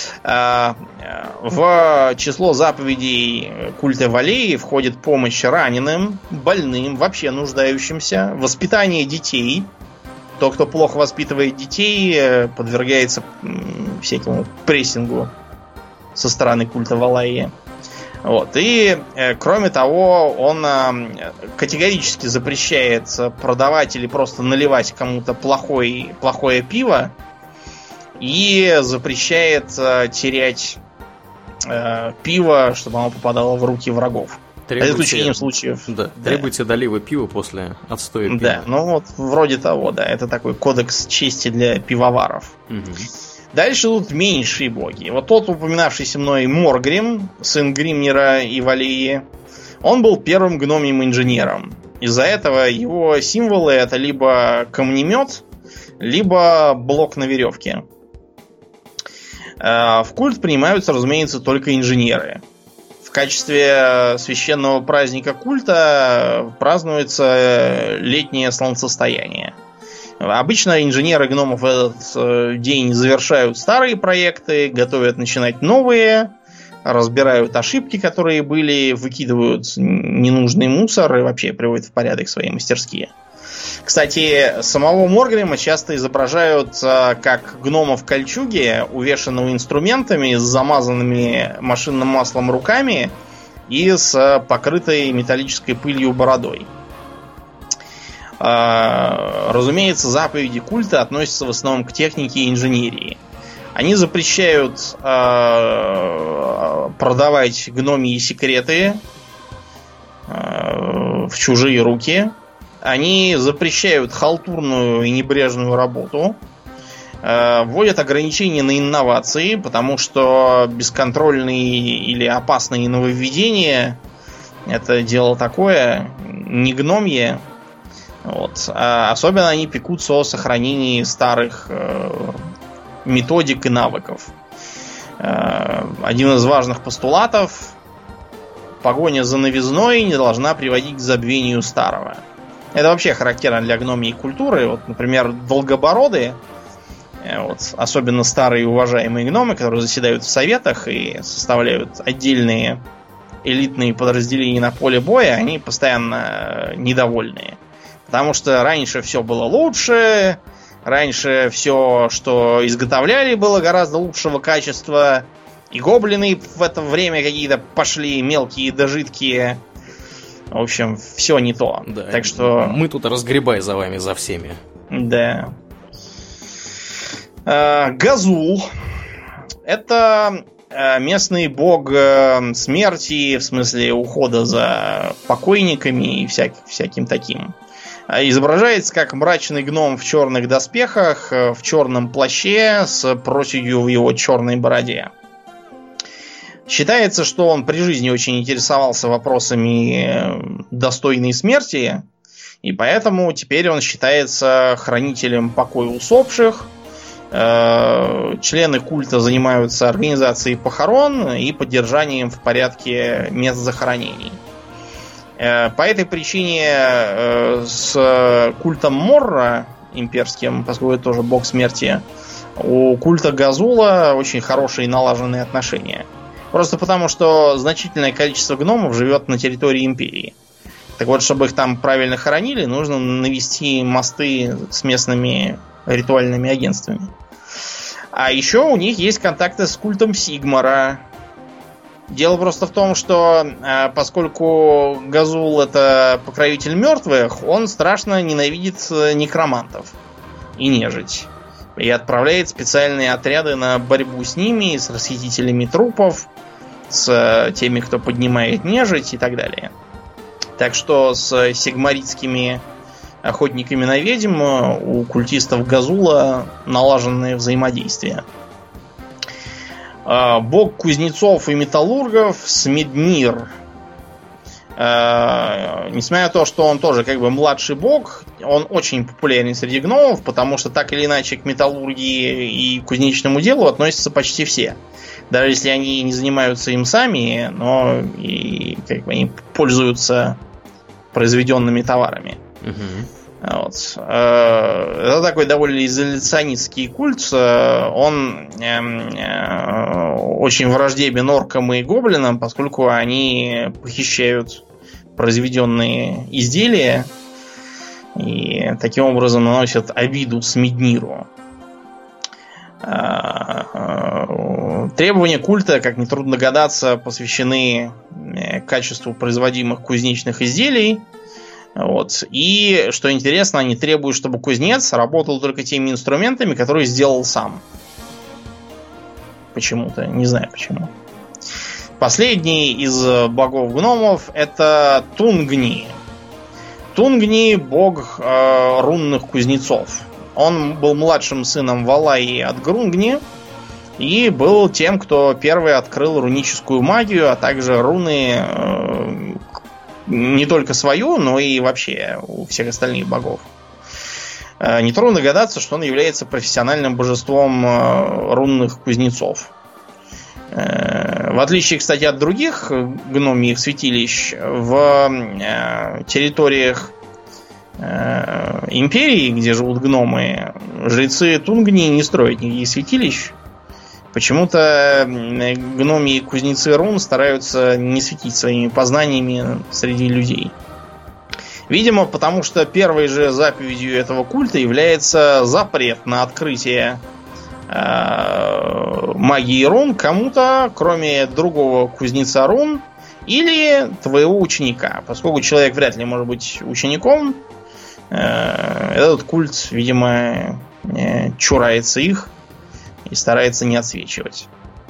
Speaker 2: В число заповедей культа Валеи входит помощь раненым, больным, вообще нуждающимся, воспитание детей. Тот, кто плохо воспитывает детей, подвергается всякому прессингу со стороны культа Валаи. Вот. И, кроме того, он категорически запрещает продавать или просто наливать кому-то плохое пиво и запрещает терять пиво, чтобы оно попадало в руки врагов. Это исключением случаев.
Speaker 1: Да, требуйте доливы пива после отстоя пива.
Speaker 2: Да, ну вот вроде того, да. Это такой кодекс чести для пивоваров.
Speaker 1: Угу.
Speaker 2: Дальше тут меньшие боги. Вот тот упоминавшийся мной Моргрим, сын Гримнира и Валеи, он был первым гномьим инженером. Из-за этого его символы — это либо камнемет, либо блок на веревке. В культ принимаются, разумеется, только инженеры. В качестве священного праздника культа празднуется летнее солнцестояние. Обычно инженеры гномов в этот день завершают старые проекты, готовят начинать новые, разбирают ошибки, которые были, выкидывают ненужный мусор и вообще приводят в порядок свои мастерские. Кстати, самого Моргрима часто изображают как гнома в кольчуге, увешанного инструментами, с замазанными машинным маслом руками и с покрытой металлической пылью бородой. разумеется, заповеди культа относятся в основном к технике и инженерии. Они запрещают продавать гномьи секреты в чужие руки. Они запрещают халтурную и небрежную работу. Вводят ограничения на инновации, потому что бесконтрольные или опасные нововведения — это дело такое, не гномье. Вот. Особенно они пекутся о сохранении старых методик и навыков. Один из важных постулатов: погоня за новизной не должна приводить к забвению старого. Это вообще характерно для гномьей культуры. Вот, например, долгобороды, вот, особенно старые уважаемые гномы, которые заседают в советах и составляют отдельные элитные подразделения на поле боя, они постоянно недовольные. Потому что раньше все было лучше, раньше все, что изготовляли, было гораздо лучшего качества, и гоблины в это время какие-то пошли мелкие да жидкие. В общем, все не то.
Speaker 1: Да,
Speaker 2: так что
Speaker 1: мы тут разгребай за вами, за всеми.
Speaker 2: Да. Газул — это местный бог смерти, в смысле ухода за покойниками и всяким таким. Изображается как мрачный гном в черных доспехах, в черном плаще с проседью в его черной бороде. Считается, что он при жизни очень интересовался вопросами достойной смерти, и поэтому теперь он считается хранителем покоя усопших. Члены культа занимаются организацией похорон и поддержанием в порядке мест захоронений. По этой причине с культом Морра имперским, поскольку это тоже бог смерти, у культа Газула очень хорошие налаженные отношения. Просто потому, что значительное количество гномов живет на территории империи. Так вот, чтобы их там правильно хоронили, нужно навести мосты с местными ритуальными агентствами. А еще у них есть контакты с культом Сигмара. Дело просто в том, что поскольку Газул — это покровитель мертвых, он страшно ненавидит некромантов и нежить. И отправляет специальные отряды на борьбу с ними, с расхитителями трупов, с теми, кто поднимает нежить и так далее. Так что с сигмаритскими охотниками на ведьм у культистов Газула налаженное взаимодействие. Бог кузнецов и металлургов Смеднир. Несмотря на то, что он тоже как бы младший бог, он очень популярен среди гномов, потому что так или иначе к металлургии и кузнечному делу относятся почти все. Даже если они не занимаются им сами, но и как бы они пользуются произведенными товарами. Вот. Это такой довольно изоляционистский культ. Он очень враждебен оркам и гоблинам, поскольку они похищают произведенные изделия и таким образом наносят обиду Смедниру. Требования культа, как нетрудно догадаться, посвящены качеству производимых кузнечных изделий. Вот. И, что интересно, они требуют, чтобы кузнец работал только теми инструментами, которые сделал сам. Почему-то, не знаю почему. Последний из богов-гномов — это Тунгни. Тунгни — бог рунных кузнецов. Он был младшим сыном Валаи от Грунгни и был тем, кто первый открыл руническую магию, а также руны не только свою, но и вообще у всех остальных богов. Нетрудно догадаться, что он является профессиональным божеством рунных кузнецов. В отличие, кстати, от других гномьих святилищ, в территориях империи, где живут гномы, жрецы Тунгни не строят никаких святилищ. Почему-то гномьи и кузнецы рун стараются не светить своими познаниями среди людей. Видимо, потому что первой же заповедью этого культа является запрет на открытие магии рун кому-то, кроме другого кузнеца рун или твоего ученика. Поскольку человек вряд ли может быть учеником, Этот культ, видимо, чурается их и старается не отсвечивать.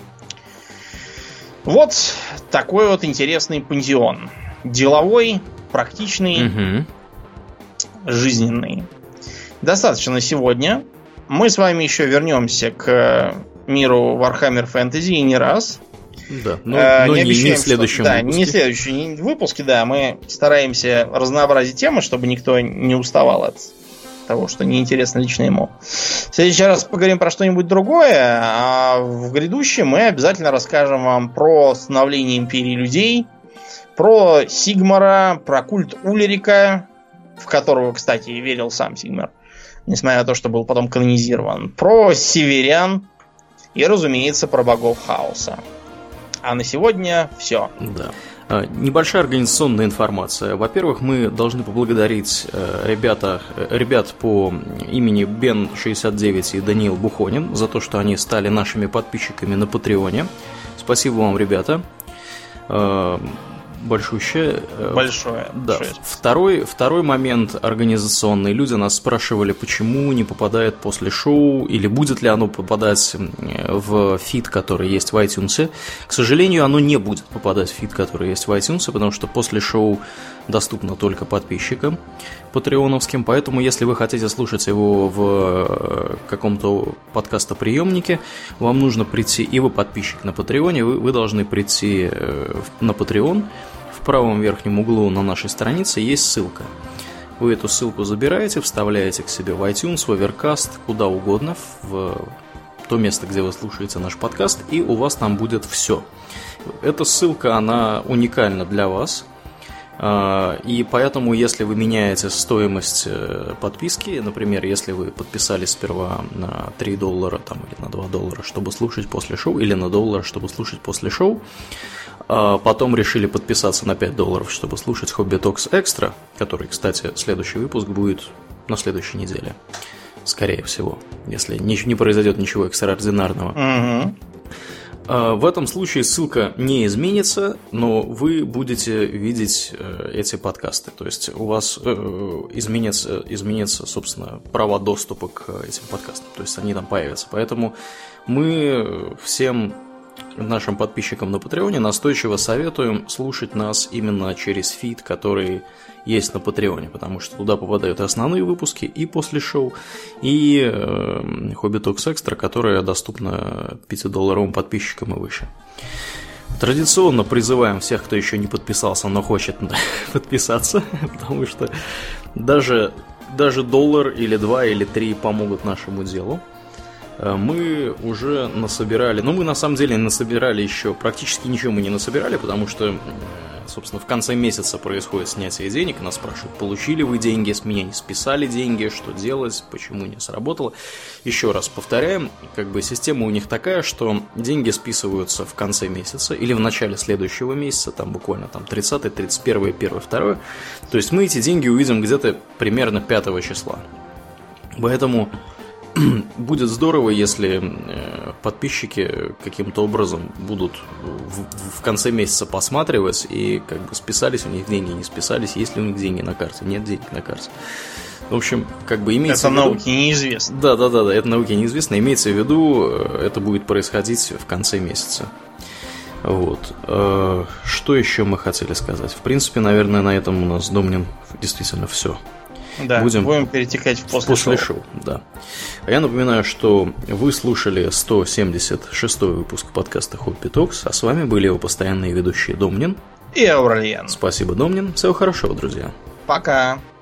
Speaker 2: Вот такой вот интересный пансион. Деловой, практичный, жизненный. Достаточно на сегодня. Мы с вами еще вернемся к миру Warhammer Fantasy и не раз.
Speaker 1: Да, но не в следующем выпуске.
Speaker 2: Не в следующем выпуске, да. Мы стараемся разнообразить темы, чтобы никто не уставал от того, что неинтересно лично ему. В следующий раз поговорим про что-нибудь другое, а в грядущем мы обязательно расскажем вам про становление империи людей, про Сигмара, про культ Ульрика, в которого, кстати, верил сам Сигмар, несмотря на то, что был потом канонизирован, про северян и, разумеется, про богов хаоса. А на сегодня все.
Speaker 1: Да. Небольшая организационная информация. Во-первых, мы должны поблагодарить ребят по имени Бен69 и Даниил Бухонин за то, что они стали нашими подписчиками на Патреоне. Спасибо вам, ребята. Большое. Да. Второй момент организационный. Люди нас спрашивали, почему не попадает после шоу, или будет ли оно попадать в фид, который есть в iTunes. К сожалению, оно не будет попадать в фид, который есть в iTunes, потому что после шоу доступно только подписчикам патреоновским. Поэтому, если вы хотите слушать его в каком-то подкастоприемнике, вам нужно прийти, и вы подписчик на Патреоне, вы должны прийти на Patreon. В правом верхнем углу на нашей странице есть ссылка. Вы эту ссылку забираете, вставляете к себе в iTunes, в Overcast, куда угодно, в то место, где вы слушаете наш подкаст, и у вас там будет все. Эта ссылка, она уникальна для вас. И поэтому, если вы меняете стоимость подписки, например, если вы подписались сперва на $3 там, или на $2, чтобы слушать после шоу, или на $1, чтобы слушать после шоу, потом решили подписаться на $5, чтобы слушать Hobby Talks Extra, который, кстати, следующий выпуск будет на следующей неделе, скорее всего, если не произойдет ничего экстраординарного. В этом случае ссылка не изменится, но вы будете видеть эти подкасты. То есть у вас изменятся, собственно, права доступа к этим подкастам. То есть они там появятся. Поэтому мы всем нашим подписчикам на Патреоне настойчиво советуем слушать нас именно через фид, который есть на Патреоне, потому что туда попадают основные выпуски и после шоу, и Hobby Talks Extra, которая доступна $5 подписчикам и выше. Традиционно призываем всех, кто еще не подписался, но хочет подписаться, потому что даже $1 или $2 или $3 помогут нашему делу. Мы уже насобирали, мы на самом деле насобирали еще, практически ничего мы не насобирали, потому что, собственно, в конце месяца происходит снятие денег, нас спрашивают, получили вы деньги, с меня не списали деньги, что делать, почему не сработало. Еще раз повторяем, система у них такая, что деньги списываются в конце месяца или в начале следующего месяца, там буквально 30, 31, 1, 2, то есть мы эти деньги увидим где-то примерно 5 числа. Поэтому будет здорово, если подписчики каким-то образом будут в конце месяца посматривать и списались у них деньги, не списались, есть ли у них деньги на карте, нет денег на карте. В общем, имеется в виду... Это науке неизвестно. Да, это науке неизвестно. Имеется в виду, это будет происходить в конце месяца. Вот. Что еще мы хотели сказать? В принципе, наверное, на этом у нас, Домнин, действительно все.
Speaker 2: Да, будем перетекать в после шоу.
Speaker 1: Да. А я напоминаю, что вы слушали 176-й выпуск подкаста Hobby Talks, а с вами были его постоянные ведущие Домнин
Speaker 2: и Аурельян.
Speaker 1: Спасибо, Домнин. Всего хорошего, друзья.
Speaker 2: Пока.